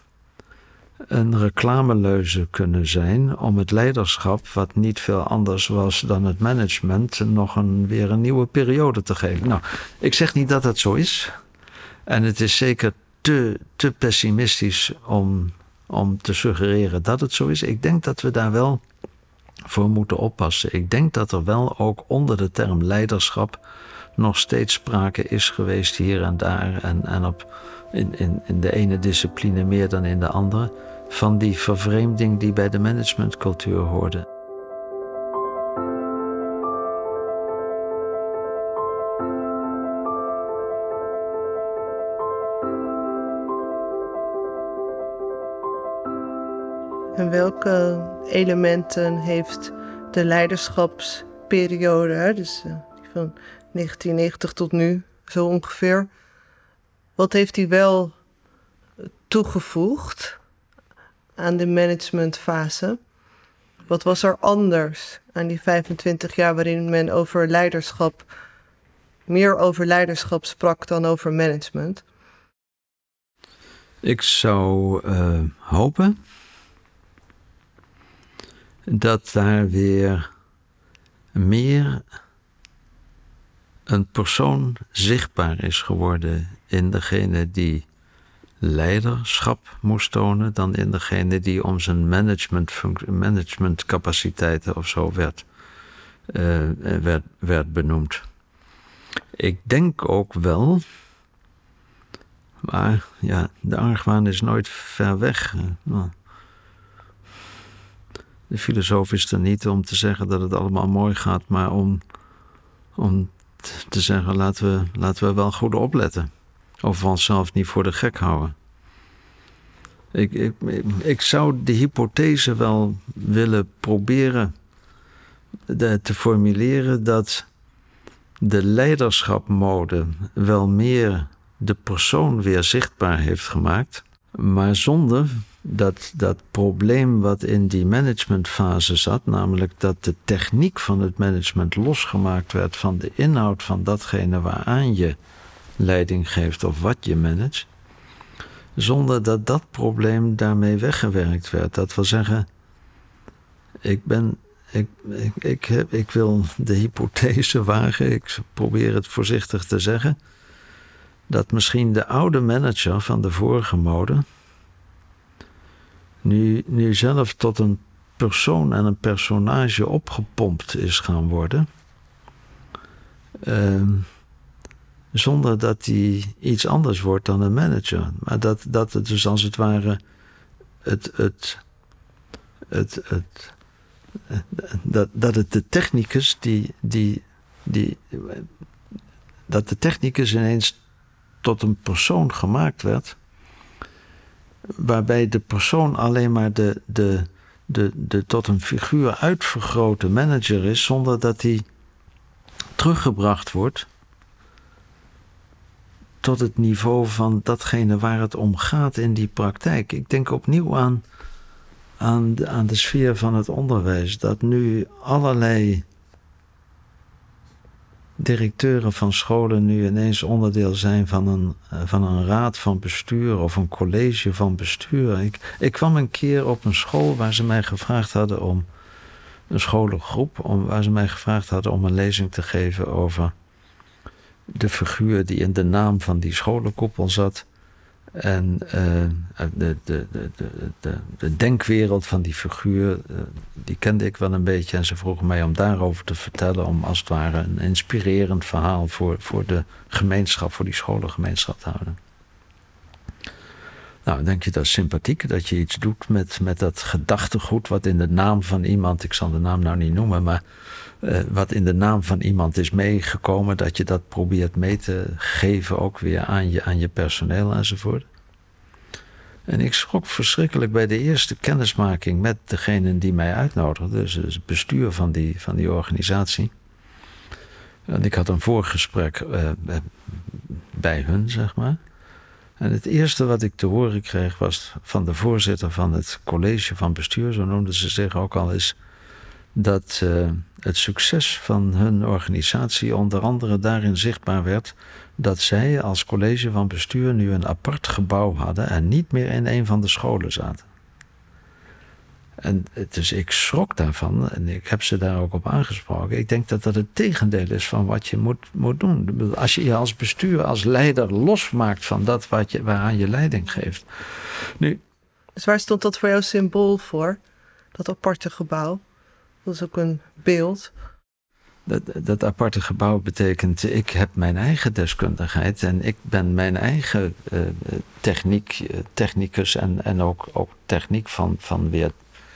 C: een reclameleuze kunnen zijn om het leiderschap, wat niet veel anders was dan het management, nog een, weer een nieuwe periode te geven. Nou, ik zeg niet dat dat zo is. En het is zeker te, te pessimistisch om... om te suggereren dat het zo is. Ik denk dat we daar wel voor moeten oppassen. Ik denk dat er wel ook onder de term leiderschap nog steeds sprake is geweest hier en daar en, en op, in, in, in de ene discipline meer dan in de andere, van die vervreemding die bij de managementcultuur hoorde.
B: En welke elementen heeft de leiderschapsperiode, dus van negentien negentig tot nu, zo ongeveer, wat heeft die wel toegevoegd aan de managementfase? Wat was er anders aan die vijfentwintig jaar waarin men over leiderschap, meer over leiderschap sprak dan over management?
C: Ik zou uh, hopen dat daar weer meer een persoon zichtbaar is geworden in degene die leiderschap moest tonen dan in degene die om zijn management, managementcapaciteiten of zo werd, uh, werd, werd benoemd. Ik denk ook wel, maar ja, de argwaan is nooit ver weg. Nou, de filosoof is er niet om te zeggen dat het allemaal mooi gaat, maar om, om te zeggen laten we, laten we wel goed opletten. Of we onszelf niet voor de gek houden. Ik, ik, ik zou de hypothese wel willen proberen de, te formuleren dat de leiderschapmode wel meer de persoon weer zichtbaar heeft gemaakt, maar zonder dat dat probleem wat in die managementfase zat, namelijk dat de techniek van het management losgemaakt werd van de inhoud van datgene waaraan je leiding geeft of wat je managt, zonder dat dat probleem daarmee weggewerkt werd. Dat wil zeggen, ik ben, ik, ik, ik, heb, ik wil de hypothese wagen, ik probeer het voorzichtig te zeggen, dat misschien de oude manager van de vorige mode nu, nu zelf tot een persoon en een personage opgepompt is gaan worden, uh, zonder dat hij iets anders wordt dan een manager. Maar dat, dat het dus als het ware het, het, het, het, dat, dat het de technicus die, die, die dat de technicus ineens tot een persoon gemaakt werd, waarbij de persoon alleen maar de, de, de, de tot een figuur uitvergrote manager is, zonder dat hij teruggebracht wordt tot het niveau van datgene waar het om gaat in die praktijk. Ik denk opnieuw aan, aan, de, aan de sfeer van het onderwijs, dat nu allerlei directeuren van scholen nu ineens onderdeel zijn van een, van een raad van bestuur of een college van bestuur. Ik, ik kwam een keer op een school waar ze mij gevraagd hadden om, een scholengroep, om, waar ze mij gevraagd hadden om een lezing te geven over de figuur die in de naam van die scholenkoepel zat. En uh, de, de, de, de, de denkwereld van die figuur, uh, die kende ik wel een beetje. En ze vroegen mij om daarover te vertellen, om als het ware een inspirerend verhaal voor, voor de gemeenschap, voor die scholengemeenschap te houden. Nou, denk je dat is sympathiek, dat je iets doet met, met dat gedachtegoed wat in de naam van iemand, ik zal de naam nou niet noemen, maar uh, wat in de naam van iemand is meegekomen, dat je dat probeert mee te geven ook weer aan je, aan je personeel enzovoort. En ik schrok verschrikkelijk bij de eerste kennismaking met degene die mij uitnodigde, dus het bestuur van die, van die organisatie. En ik had een voorgesprek uh, bij hun, zeg maar. En het eerste wat ik te horen kreeg was van de voorzitter van het college van bestuur, zo noemden ze zich ook al, is dat uh, het succes van hun organisatie onder andere daarin zichtbaar werd dat zij als college van bestuur nu een apart gebouw hadden en niet meer in een van de scholen zaten. En dus ik schrok daarvan en ik heb ze daar ook op aangesproken. Ik denk dat dat het tegendeel is van wat je moet, moet doen. Als je je als bestuur, als leider losmaakt van dat wat je, waaraan je leiding geeft. Nu,
B: dus waar stond dat voor jou symbool voor? Dat aparte gebouw? Dat is ook een beeld.
C: Dat, dat aparte gebouw betekent, ik heb mijn eigen deskundigheid en ik ben mijn eigen uh, techniek, uh, technicus en, en ook, ook techniek van, van weer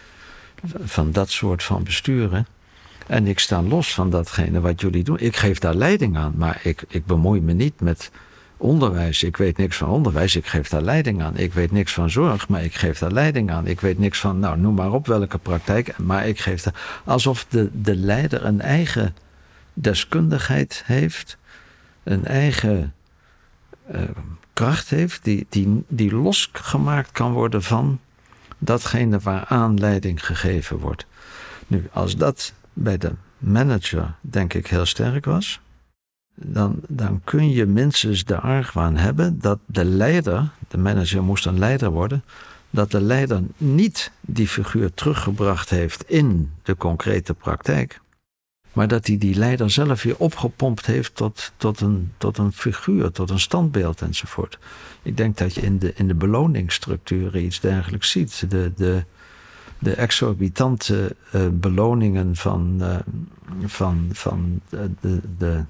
C: van dat soort van besturen. En ik sta los van datgene wat jullie doen. Ik geef daar leiding aan, maar ik, ik bemoei me niet met onderwijs. Ik weet niks van onderwijs, ik geef daar leiding aan. Ik weet niks van zorg, maar ik geef daar leiding aan. Ik weet niks van, nou, noem maar op welke praktijk, maar ik geef daar. Alsof de, de leider een eigen deskundigheid heeft, een eigen uh, kracht heeft, die, die, die losgemaakt kan worden van datgene waaraan leiding gegeven wordt. Nu, als dat bij de manager, denk ik, heel sterk was, dan, dan kun je minstens de argwaan hebben dat de leider, de manager moest een leider worden, dat de leider niet die figuur teruggebracht heeft in de concrete praktijk, Maar dat hij die leider zelf weer opgepompt heeft tot, tot, een, tot een figuur, tot een standbeeld enzovoort. Ik denk dat je in de, in de beloningsstructuren iets dergelijks ziet. De, de, de exorbitante uh, beloningen van, uh, van, van de, de, de,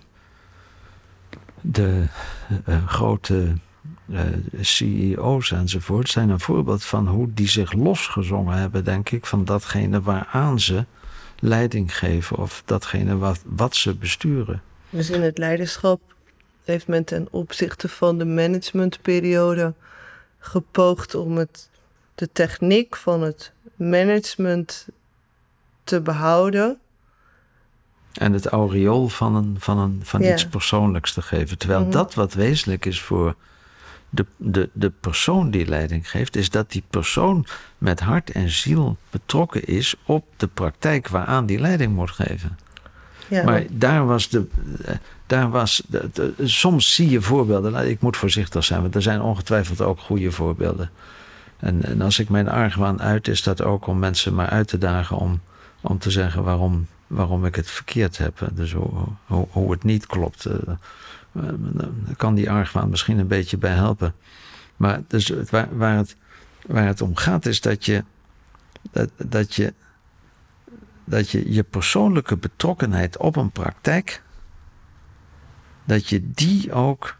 C: de uh, grote uh, C E O's enzovoort zijn een voorbeeld van hoe die zich losgezongen hebben, denk ik, van datgene waaraan ze leiding geven of datgene wat, wat ze besturen.
B: Dus in het leiderschap heeft men ten opzichte van de managementperiode gepoogd om het, de techniek van het management te behouden.
C: En het aureool van, een, van, een, van
B: ja.
C: iets persoonlijks te geven. Terwijl
B: Mm-hmm.
C: dat wat wezenlijk is voor de, de, de persoon die leiding geeft, is dat die persoon met hart en ziel betrokken is op de praktijk waaraan die leiding moet geven.
B: Ja,
C: maar daar was de. Daar was de, de, soms zie je voorbeelden. Ik moet voorzichtig zijn, want er zijn ongetwijfeld ook goede voorbeelden. En, en als ik mijn argwaan uit, is dat ook om mensen maar uit te dagen om, om te zeggen waarom, waarom ik het verkeerd heb. Dus hoe, hoe, hoe het niet klopt. Daar kan die argwaan misschien een beetje bij helpen. Maar dus waar, waar, het, waar het om gaat is dat je dat, dat je dat je je persoonlijke betrokkenheid op een praktijk, dat je die ook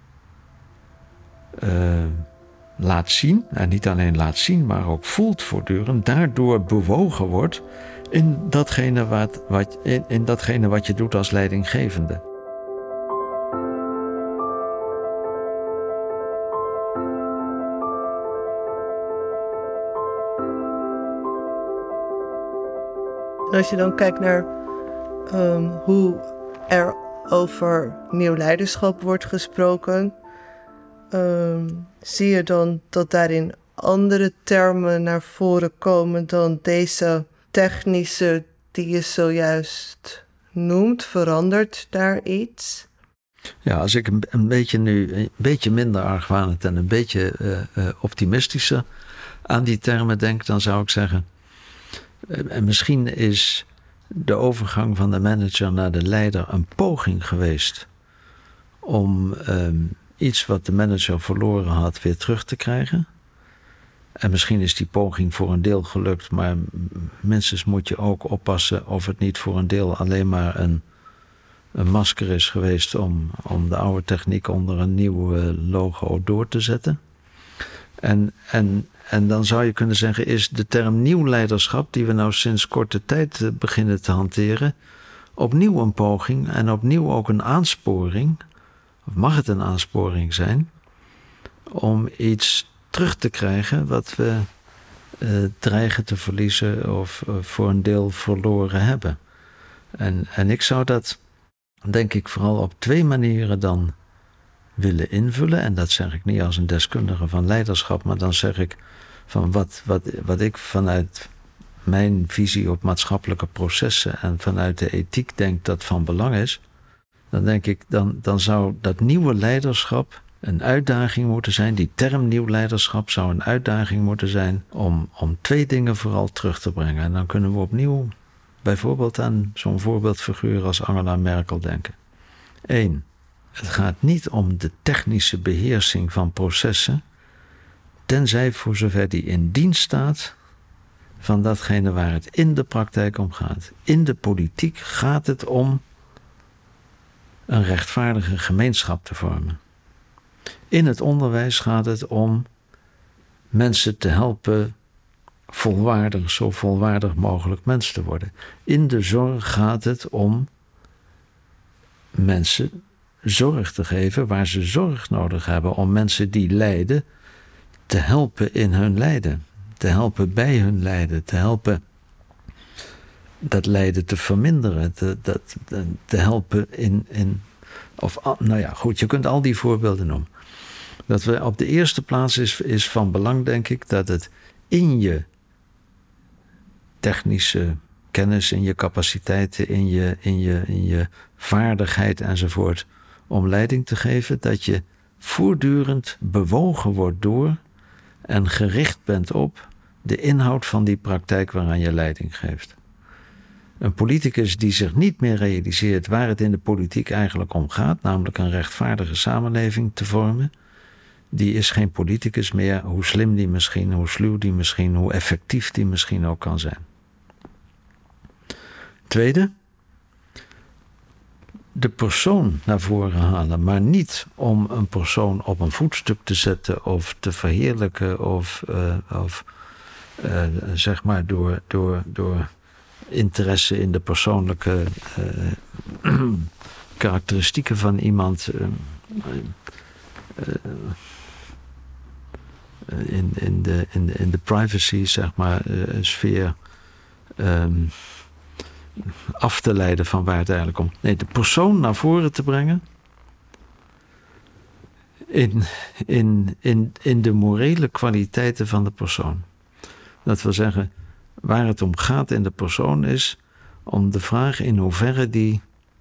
C: uh, laat zien. En niet alleen laat zien, maar ook voelt voortdurend. Daardoor bewogen wordt in datgene wat, wat, in, in datgene wat je doet als leidinggevende.
B: En als je dan kijkt naar um, hoe er over nieuw leiderschap wordt gesproken, um, zie je dan dat daarin andere termen naar voren komen dan deze technische die je zojuist noemt. Verandert daar iets?
C: Ja, als ik een, een beetje nu een beetje minder argwanend en een beetje uh, uh, optimistischer aan die termen denk, dan zou ik zeggen, en misschien is de overgang van de manager naar de leider een poging geweest om um, iets wat de manager verloren had weer terug te krijgen. En misschien is die poging voor een deel gelukt, maar minstens moet je ook oppassen of het niet voor een deel alleen maar een, een masker is geweest om, om de oude techniek onder een nieuw uh, logo door te zetten. En, en En dan zou je kunnen zeggen, is de term nieuw leiderschap, die we nou sinds korte tijd beginnen te hanteren, opnieuw een poging en opnieuw ook een aansporing, of mag het een aansporing zijn, om iets terug te krijgen wat we uh, dreigen te verliezen of uh, voor een deel verloren hebben. En, en ik zou dat, denk ik, vooral op twee manieren dan willen invullen. En dat zeg ik niet als een deskundige van leiderschap, maar dan zeg ik van wat, wat, wat ik vanuit mijn visie op maatschappelijke processen en vanuit de ethiek denk dat van belang is. Dan denk ik, dan, dan zou dat nieuwe leiderschap een uitdaging moeten zijn. Die term nieuw leiderschap zou een uitdaging moeten zijn om, om twee dingen vooral terug te brengen. En dan kunnen we opnieuw bijvoorbeeld aan zo'n voorbeeldfiguur als Angela Merkel denken. Eén, het gaat niet om de technische beheersing van processen, tenzij voor zover die in dienst staat van datgene waar het in de praktijk om gaat. In de politiek gaat het om een rechtvaardige gemeenschap te vormen. In het onderwijs gaat het om mensen te helpen volwaardig, zo volwaardig mogelijk mens te worden. In de zorg gaat het om mensen zorg te geven waar ze zorg nodig hebben, om mensen die lijden te helpen in hun lijden, te helpen bij hun lijden, te helpen dat lijden te verminderen, te, dat, te helpen in, in of nou ja, goed, je kunt al die voorbeelden noemen. Dat we op de eerste plaats is, is van belang, denk ik, dat het in je technische kennis, in je capaciteiten, in je, in je, in je vaardigheid enzovoort, om leiding te geven, dat je voortdurend bewogen wordt door en gericht bent op de inhoud van die praktijk waaraan je leiding geeft. Een politicus die zich niet meer realiseert waar het in de politiek eigenlijk om gaat, namelijk een rechtvaardige samenleving te vormen, die is geen politicus meer, hoe slim die misschien, hoe sluw die misschien, hoe effectief die misschien ook kan zijn. Tweede, de persoon naar voren halen, maar niet om een persoon op een voetstuk te zetten of te verheerlijken of, uh, of uh, zeg maar door, door, door interesse in de persoonlijke uh, karakteristieken van iemand uh, uh, in, in, de, in, de, in de privacy, zeg maar, uh, sfeer um, af te leiden van waar het eigenlijk om. Nee, de persoon naar voren te brengen in, in, in, in de morele kwaliteiten van de persoon. Dat wil zeggen, waar het om gaat in de persoon is om de vraag in hoeverre die,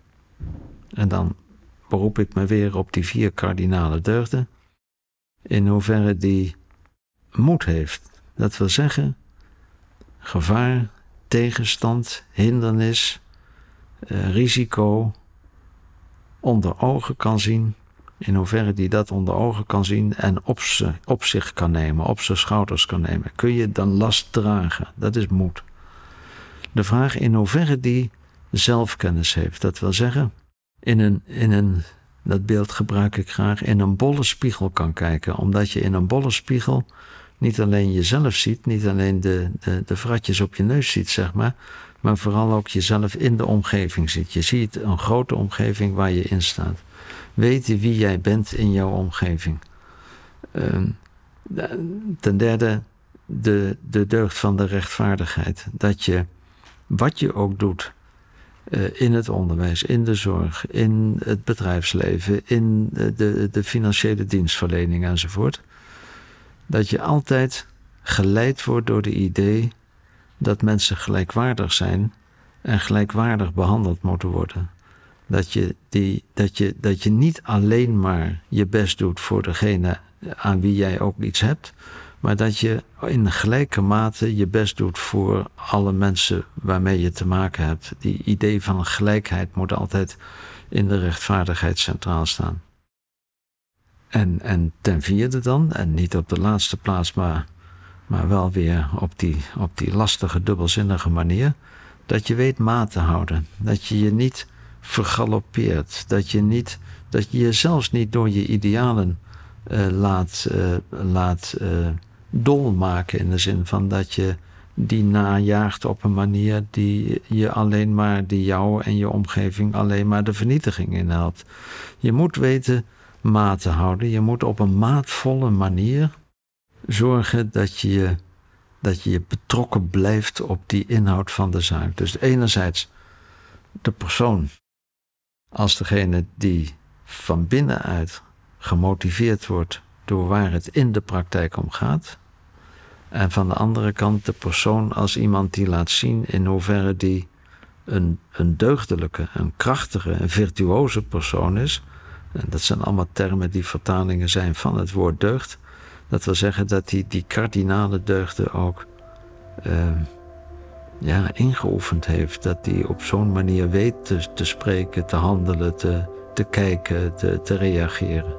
C: en dan beroep ik me weer op die vier kardinale deugden, in hoeverre die moed heeft. Dat wil zeggen, gevaar, tegenstand, hindernis, eh, risico onder ogen kan zien, in hoeverre die dat onder ogen kan zien en op, ze, op zich kan nemen, op zijn schouders kan nemen. Kun je dan last dragen? Dat is moed. De vraag in hoeverre die zelfkennis heeft. Dat wil zeggen, in een, in een, dat beeld gebruik ik graag, in een bolle spiegel kan kijken. Omdat je in een bolle spiegel niet alleen jezelf ziet, niet alleen de, de, de vratjes op je neus ziet, zeg maar, maar vooral ook jezelf in de omgeving ziet. Je ziet een grote omgeving waar je in staat. Weten wie jij bent in jouw omgeving. Uh, ten derde, de, de deugd van de rechtvaardigheid. Dat je, wat je ook doet, uh, in het onderwijs, in de zorg, in het bedrijfsleven, in de, de, de financiële dienstverlening enzovoort, dat je altijd geleid wordt door de idee dat mensen gelijkwaardig zijn en gelijkwaardig behandeld moeten worden. Dat je, die, dat, je, dat je niet alleen maar je best doet voor degene aan wie jij ook iets hebt, maar dat je in gelijke mate je best doet voor alle mensen waarmee je te maken hebt. Die idee van gelijkheid moet altijd in de rechtvaardigheid centraal staan. En, en ten vierde dan, en niet op de laatste plaats, maar, maar wel weer op die, op die lastige, dubbelzinnige manier, dat je weet maat te houden. Dat je je niet vergaloppeert. Dat je, niet, dat je je zelfs niet door je idealen uh, laat, uh, laat uh, dol maken. In de zin van dat je die najaagt op een manier die je alleen maar, die jou en je omgeving alleen maar de vernietiging inhelpt. Je moet weten maat te houden. Je moet op een maatvolle manier zorgen dat je, dat je betrokken blijft op die inhoud van de zaak. Dus enerzijds de persoon als degene die van binnenuit gemotiveerd wordt door waar het in de praktijk om gaat. En van de andere kant de persoon als iemand die laat zien in hoeverre die een, een deugdelijke, een krachtige, een virtuoze persoon is. En dat zijn allemaal termen die vertalingen zijn van het woord deugd. Dat wil zeggen dat hij die kardinale deugden ook uh, ja, ingeoefend heeft. Dat hij op zo'n manier weet te, te spreken, te handelen, te, te kijken, te, te reageren.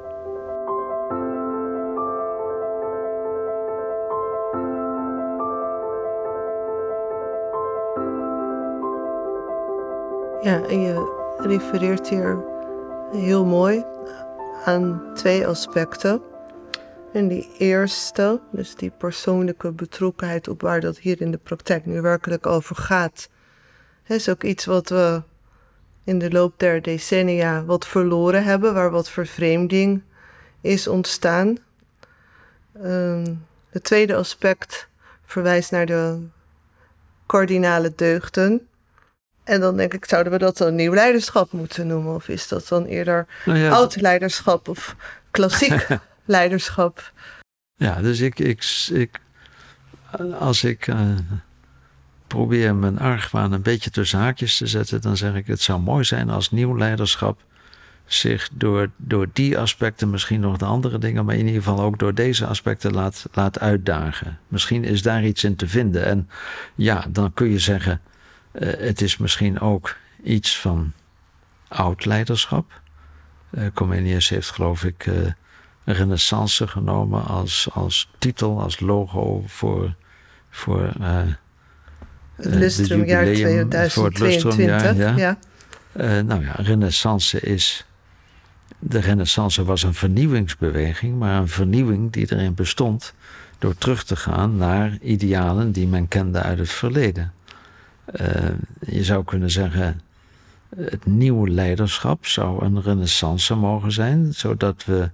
B: Ja, en je refereert hier heel mooi aan twee aspecten. En die eerste, dus die persoonlijke betrokkenheid op waar dat hier in de praktijk nu werkelijk over gaat, is ook iets wat we in de loop der decennia wat verloren hebben, waar wat vervreemding is ontstaan. Um, het tweede aspect verwijst naar de kardinale deugden. En dan denk ik, zouden we dat dan nieuw leiderschap moeten noemen? Of is dat dan eerder nou ja, oud leiderschap of klassiek leiderschap?
C: Ja, dus ik, ik, ik als ik uh, probeer mijn argwaan een beetje tussen haakjes te zetten, dan zeg ik, het zou mooi zijn als nieuw leiderschap zich door, door die aspecten, misschien nog de andere dingen, maar in ieder geval ook door deze aspecten laat, laat uitdagen. Misschien is daar iets in te vinden. En ja, dan kun je zeggen, Uh, het is misschien ook iets van oud leiderschap. Uh, Comenius heeft geloof ik uh, Renaissance genomen als, als titel, als logo voor, voor uh,
B: het lustrumjaar tweeduizend tweeëntwintig.
C: Ja.
B: Ja.
C: Uh, nou ja, Renaissance is... De Renaissance was een vernieuwingsbeweging, maar een vernieuwing die erin bestond door terug te gaan naar idealen die men kende uit het verleden. Uh, je zou kunnen zeggen, het nieuwe leiderschap zou een renaissance mogen zijn, zodat we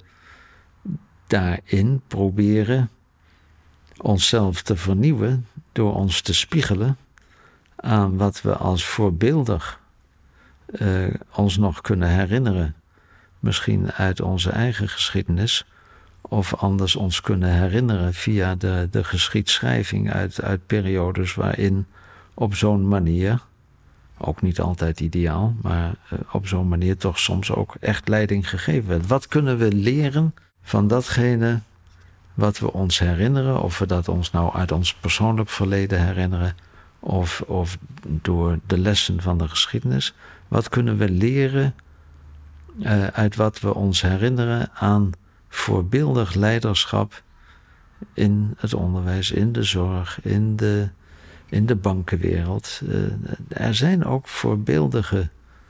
C: daarin proberen onszelf te vernieuwen door ons te spiegelen aan wat we als voorbeeldig uh, ons nog kunnen herinneren. Misschien uit onze eigen geschiedenis, of anders ons kunnen herinneren via de, de geschiedschrijving uit, uit periodes waarin op zo'n manier, ook niet altijd ideaal, maar uh, op zo'n manier toch soms ook echt leiding gegeven werd. Wat kunnen we leren van datgene wat we ons herinneren, of we dat ons nou uit ons persoonlijk verleden herinneren, of, of door de lessen van de geschiedenis? Wat kunnen we leren uh, uit wat we ons herinneren aan voorbeeldig leiderschap in het onderwijs, in de zorg, in de, in de bankenwereld? Uh, er zijn ook voorbeeldige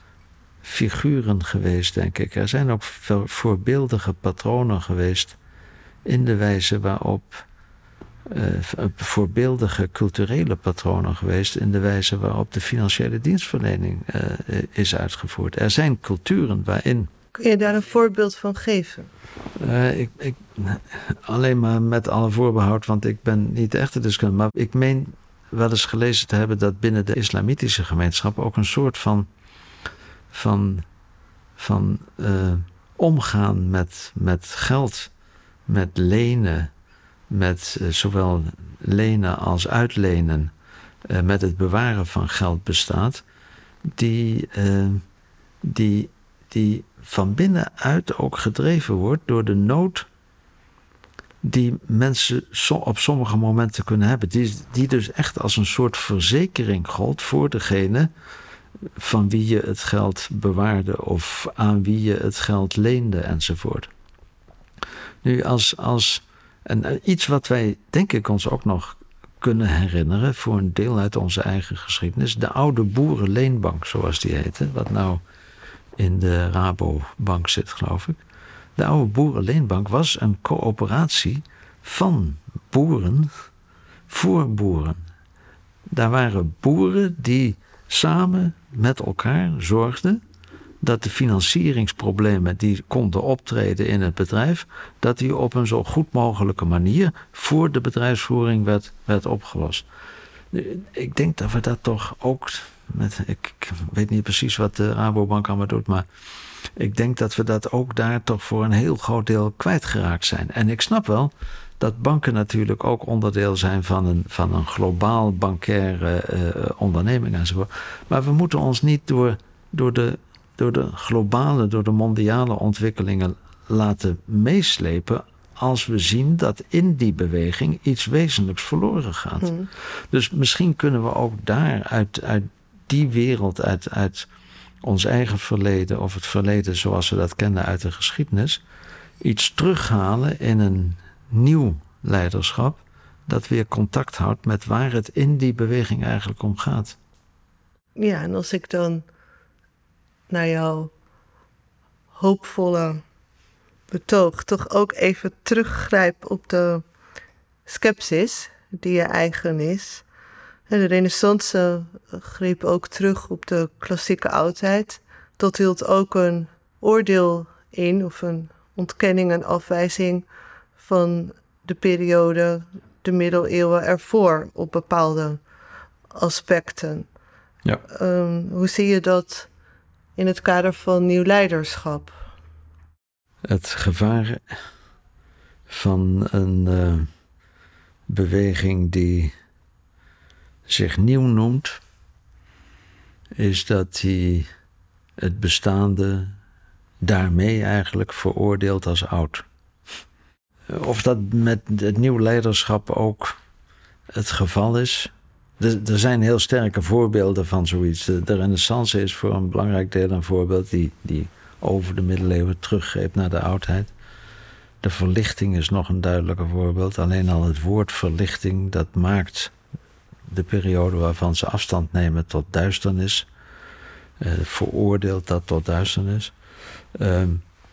C: figuren geweest, denk ik. Er zijn ook voorbeeldige patronen geweest in de wijze waarop uh, voorbeeldige culturele patronen geweest in de wijze waarop de financiële dienstverlening uh, is uitgevoerd. Er zijn culturen waarin...
B: Kun je daar een voorbeeld van geven?
C: Uh, ik, ik, alleen maar met alle voorbehoud, want ik ben niet de echte deskundige, maar ik meen wel eens gelezen te hebben dat binnen de islamitische gemeenschap ook een soort van, van, van uh, omgaan met, met geld, met lenen, met uh, zowel lenen als uitlenen, uh, met het bewaren van geld bestaat, die, uh, die, die van binnenuit ook gedreven wordt door de nood die mensen so- op sommige momenten kunnen hebben. Die, die dus echt als een soort verzekering gold voor degene van wie je het geld bewaarde of aan wie je het geld leende enzovoort. Nu als, als en iets wat wij denk ik ons ook nog kunnen herinneren voor een deel uit onze eigen geschiedenis, de oude boerenleenbank zoals die heette, wat nou in de Rabobank zit geloof ik. De oude boerenleenbank was een coöperatie van boeren voor boeren. Daar waren boeren die samen met elkaar zorgden dat de financieringsproblemen die konden optreden in het bedrijf, dat die op een zo goed mogelijke manier voor de bedrijfsvoering werd, werd opgelost. Ik denk dat we dat toch ook, met, ik, ik weet niet precies wat de Rabobank allemaal doet, maar ik denk dat we dat ook daar toch voor een heel groot deel kwijtgeraakt zijn. En ik snap wel dat banken natuurlijk ook onderdeel zijn van een, van een globaal bankaire uh, onderneming enzovoort. Maar we moeten ons niet door, door, de, door de globale, door de mondiale ontwikkelingen laten meeslepen als we zien dat in die beweging iets wezenlijks verloren gaat. Hmm. Dus misschien kunnen we ook daar uit, uit die wereld, uit, uit ons eigen verleden of het verleden zoals we dat kennen uit de geschiedenis, iets terughalen in een nieuw leiderschap dat weer contact houdt met waar het in die beweging eigenlijk om gaat.
B: Ja, en als ik dan naar jouw hoopvolle betoog toch ook even teruggrijp op de scepsis die je eigen is. En de Renaissance greep ook terug op de klassieke oudheid. Dat hield ook een oordeel in, of een ontkenning en afwijzing van de periode, de middeleeuwen ervoor op bepaalde aspecten.
C: Ja.
B: Um, hoe zie je dat in het kader van nieuw leiderschap?
C: Het gevaar van een uh, beweging die zich nieuw noemt, is dat hij het bestaande daarmee eigenlijk veroordeelt als oud. Of dat met het nieuw leiderschap ook het geval is, er, er zijn heel sterke voorbeelden van zoiets. De, de Renaissance is voor een belangrijk deel een voorbeeld die, die over de middeleeuwen teruggreep naar de oudheid. De verlichting is nog een duidelijker voorbeeld. Alleen al het woord verlichting, dat maakt de periode waarvan ze afstand nemen tot duisternis. Uh, veroordeelt dat tot duisternis. Uh,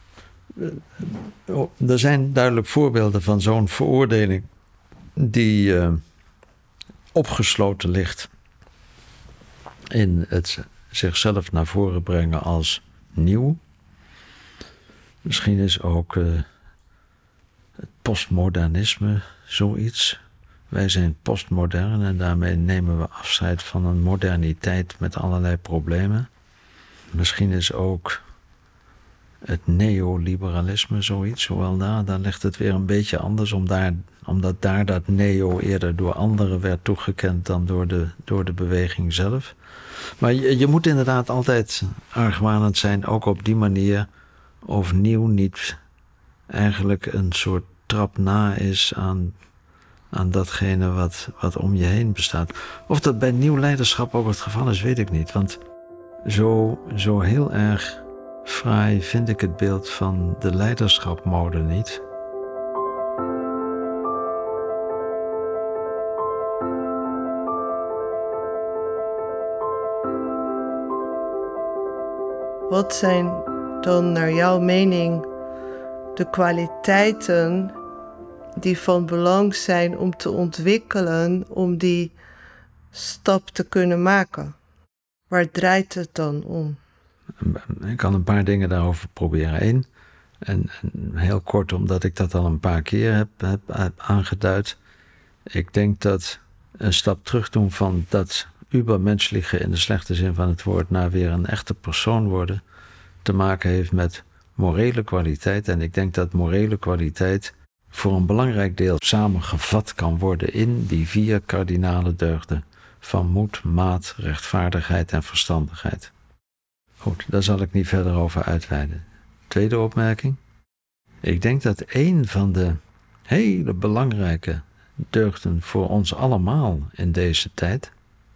C: uh, er zijn duidelijk voorbeelden van zo'n veroordeling die uh, opgesloten ligt in het zichzelf naar voren brengen als nieuw. Misschien is ook uh, het postmodernisme zoiets. Wij zijn postmodern en daarmee nemen we afscheid van een moderniteit met allerlei problemen. Misschien is ook het neoliberalisme zoiets, hoewel daar, daar ligt het weer een beetje anders, om daar, omdat daar dat neo eerder door anderen werd toegekend dan door de, door de beweging zelf. Maar je, je moet inderdaad altijd argwanend zijn, ook op die manier, of nieuw niet eigenlijk een soort trap na is aan, aan datgene wat, wat om je heen bestaat. Of dat bij nieuw leiderschap ook het geval is, weet ik niet. Want zo, zo heel erg fraai vind ik het beeld van de leiderschapmode niet.
B: Wat zijn dan naar jouw mening de kwaliteiten die van belang zijn om te ontwikkelen, om die stap te kunnen maken? Waar draait het dan om?
C: Ik kan een paar dingen daarover proberen. Eén, en, en heel kort, omdat ik dat al een paar keer heb, heb, heb aangeduid. Ik denk dat een stap terug doen van dat übermenschliche in de slechte zin van het woord naar weer een echte persoon worden te maken heeft met morele kwaliteit. En ik denk dat morele kwaliteit voor een belangrijk deel samengevat kan worden in die vier kardinale deugden van moed, maat, rechtvaardigheid en verstandigheid. Goed, daar zal ik niet verder over uitweiden. Tweede opmerking. Ik denk dat een van de hele belangrijke deugden voor ons allemaal in deze tijd,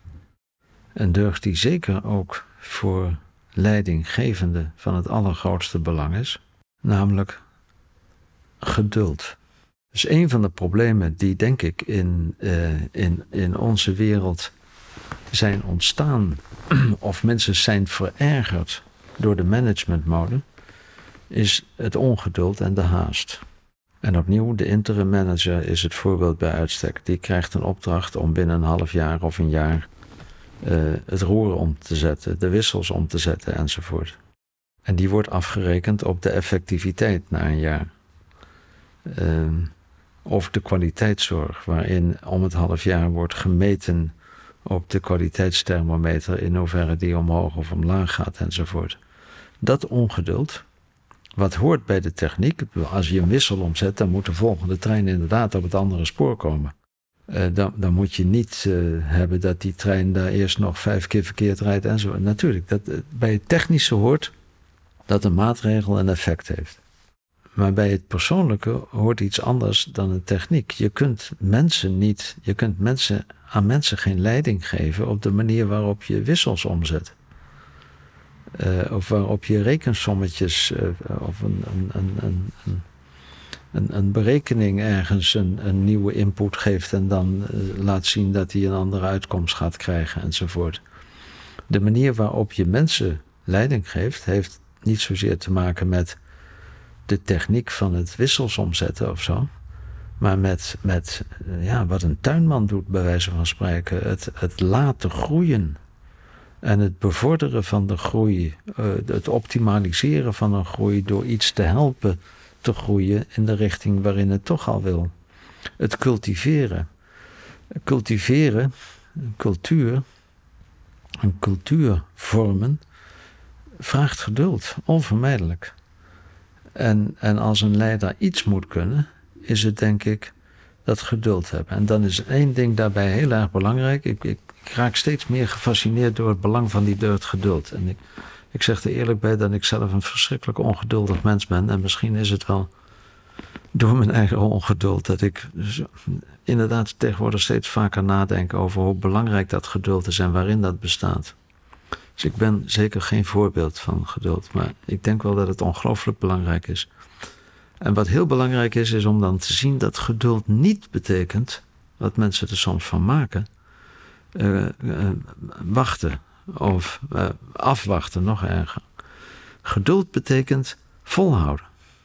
C: een deugd die zeker ook voor leidinggevenden van het allergrootste belang is, namelijk geduld. Dus een van de problemen die, denk ik, in, uh, in, in onze wereld zijn ontstaan, of mensen zijn verergerd door de managementmode, is het ongeduld en de haast. En opnieuw, de interim manager is het voorbeeld bij uitstek. Die krijgt een opdracht om binnen een half jaar of een jaar uh, het roer om te zetten, de wissels om te zetten enzovoort. En die wordt afgerekend op de effectiviteit na een jaar. Uh, of de kwaliteitszorg, waarin om het half jaar wordt gemeten op de kwaliteitsthermometer in hoeverre die omhoog of omlaag gaat enzovoort. Dat ongeduld, wat hoort bij de techniek, als je een wissel omzet, dan moet de volgende trein inderdaad op het andere spoor komen. Uh, dan, dan moet je niet uh, hebben dat die trein daar eerst nog vijf keer verkeerd rijdt enzovoort. Natuurlijk, dat, uh, bij het technische hoort dat een maatregel een effect heeft. Maar bij het persoonlijke hoort iets anders dan een techniek. Je kunt mensen niet, je kunt mensen, aan mensen geen leiding geven op de manier waarop je wissels omzet. Uh, of waarop je rekensommetjes uh, of een, een, een, een, een, een berekening ergens een, een nieuwe input geeft en dan uh, laat zien dat hij een andere uitkomst gaat krijgen enzovoort. De manier waarop je mensen leiding geeft, heeft niet zozeer te maken met de techniek van het wissels omzetten of zo, maar met, met ja, wat een tuinman doet bij wijze van spreken, het, het laten groeien en het bevorderen van de groei, uh, het optimaliseren van een groei door iets te helpen te groeien in de richting waarin het toch al wil. Het cultiveren. Cultiveren, een cultuur, een cultuur vormen, vraagt geduld, onvermijdelijk. En, en als een leider iets moet kunnen, is het denk ik dat geduld hebben. En dan is één ding daarbij heel erg belangrijk. Ik, ik, ik raak steeds meer gefascineerd door het belang van die deugd geduld. En ik, ik zeg er eerlijk bij dat ik zelf een verschrikkelijk ongeduldig mens ben. En misschien is het wel door mijn eigen ongeduld. Dat ik dus inderdaad tegenwoordig steeds vaker nadenk over hoe belangrijk dat geduld is en waarin dat bestaat. Dus ik ben zeker geen voorbeeld van geduld, maar ik denk wel dat het ongelooflijk belangrijk is. En wat heel belangrijk is, is om dan te zien dat geduld niet betekent, wat mensen er soms van maken, uh, uh, wachten of uh, afwachten, nog erger. Geduld betekent volhouden.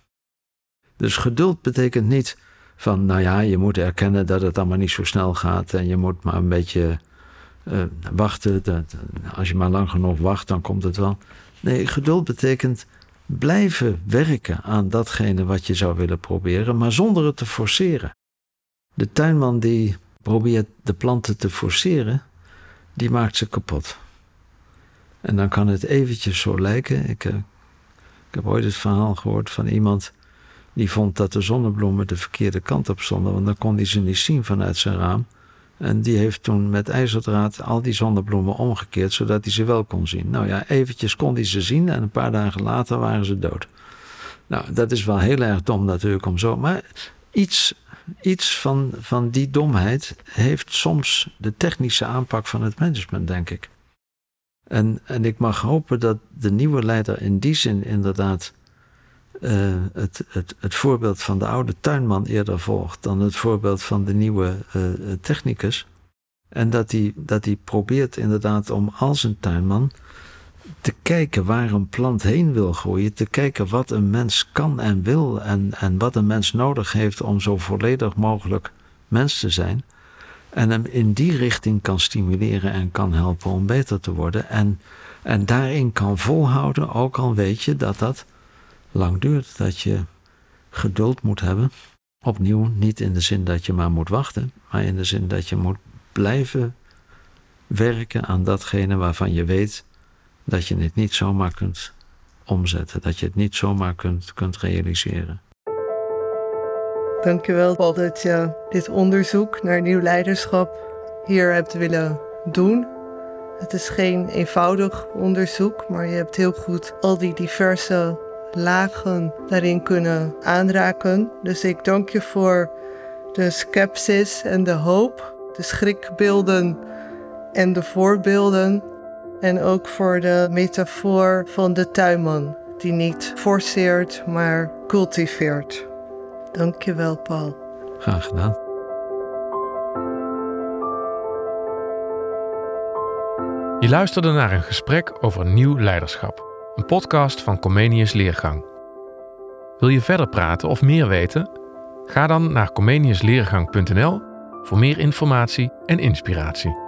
C: Dus geduld betekent niet van, nou ja, je moet erkennen dat het allemaal niet zo snel gaat en je moet maar een beetje uh, wachten. Dat, als je maar lang genoeg wacht, dan komt het wel. Nee, geduld betekent blijven werken aan datgene wat je zou willen proberen, maar zonder het te forceren. De tuinman die probeert de planten te forceren, die maakt ze kapot. En dan kan het eventjes zo lijken. Ik, uh, ik heb ooit het verhaal gehoord van iemand die vond dat de zonnebloemen de verkeerde kant op stonden, want dan kon hij ze niet zien vanuit zijn raam. En die heeft toen met ijzerdraad al die zonnebloemen omgekeerd, zodat hij ze wel kon zien. Nou ja, eventjes kon hij ze zien en een paar dagen later waren ze dood. Nou, dat is wel heel erg dom natuurlijk om zo, maar iets, iets van, van die domheid heeft soms de technische aanpak van het management, denk ik. En, en ik mag hopen dat de nieuwe leider in die zin inderdaad uh, het, het, het voorbeeld van de oude tuinman eerder volgt dan het voorbeeld van de nieuwe uh, technicus. En dat hij dat hij probeert inderdaad om als een tuinman te kijken waar een plant heen wil groeien, te kijken wat een mens kan en wil en, en wat een mens nodig heeft om zo volledig mogelijk mens te zijn. En hem in die richting kan stimuleren en kan helpen om beter te worden. En, en daarin kan volhouden, ook al weet je dat dat lang duurt. Dat je geduld moet hebben. Opnieuw, niet in de zin dat je maar moet wachten, maar in de zin dat je moet blijven werken aan datgene waarvan je weet dat je het niet zomaar kunt omzetten. Dat je het niet zomaar kunt, kunt realiseren.
B: Dankjewel, Paul, dat je dit onderzoek naar nieuw leiderschap hier hebt willen doen. Het is geen eenvoudig onderzoek, maar je hebt heel goed al die diverse lagen daarin kunnen aanraken. Dus ik dank je voor de scepsis en de hoop, de schrikbeelden en de voorbeelden. En ook voor de metafoor van de tuinman, die niet forceert, maar cultiveert. Dank je wel, Paul.
C: Graag gedaan.
A: Je luisterde naar een gesprek over nieuw leiderschap. Een podcast van Comenius Leergang. Wil je verder praten of meer weten? Ga dan naar comenius leergang punt n l voor meer informatie en inspiratie.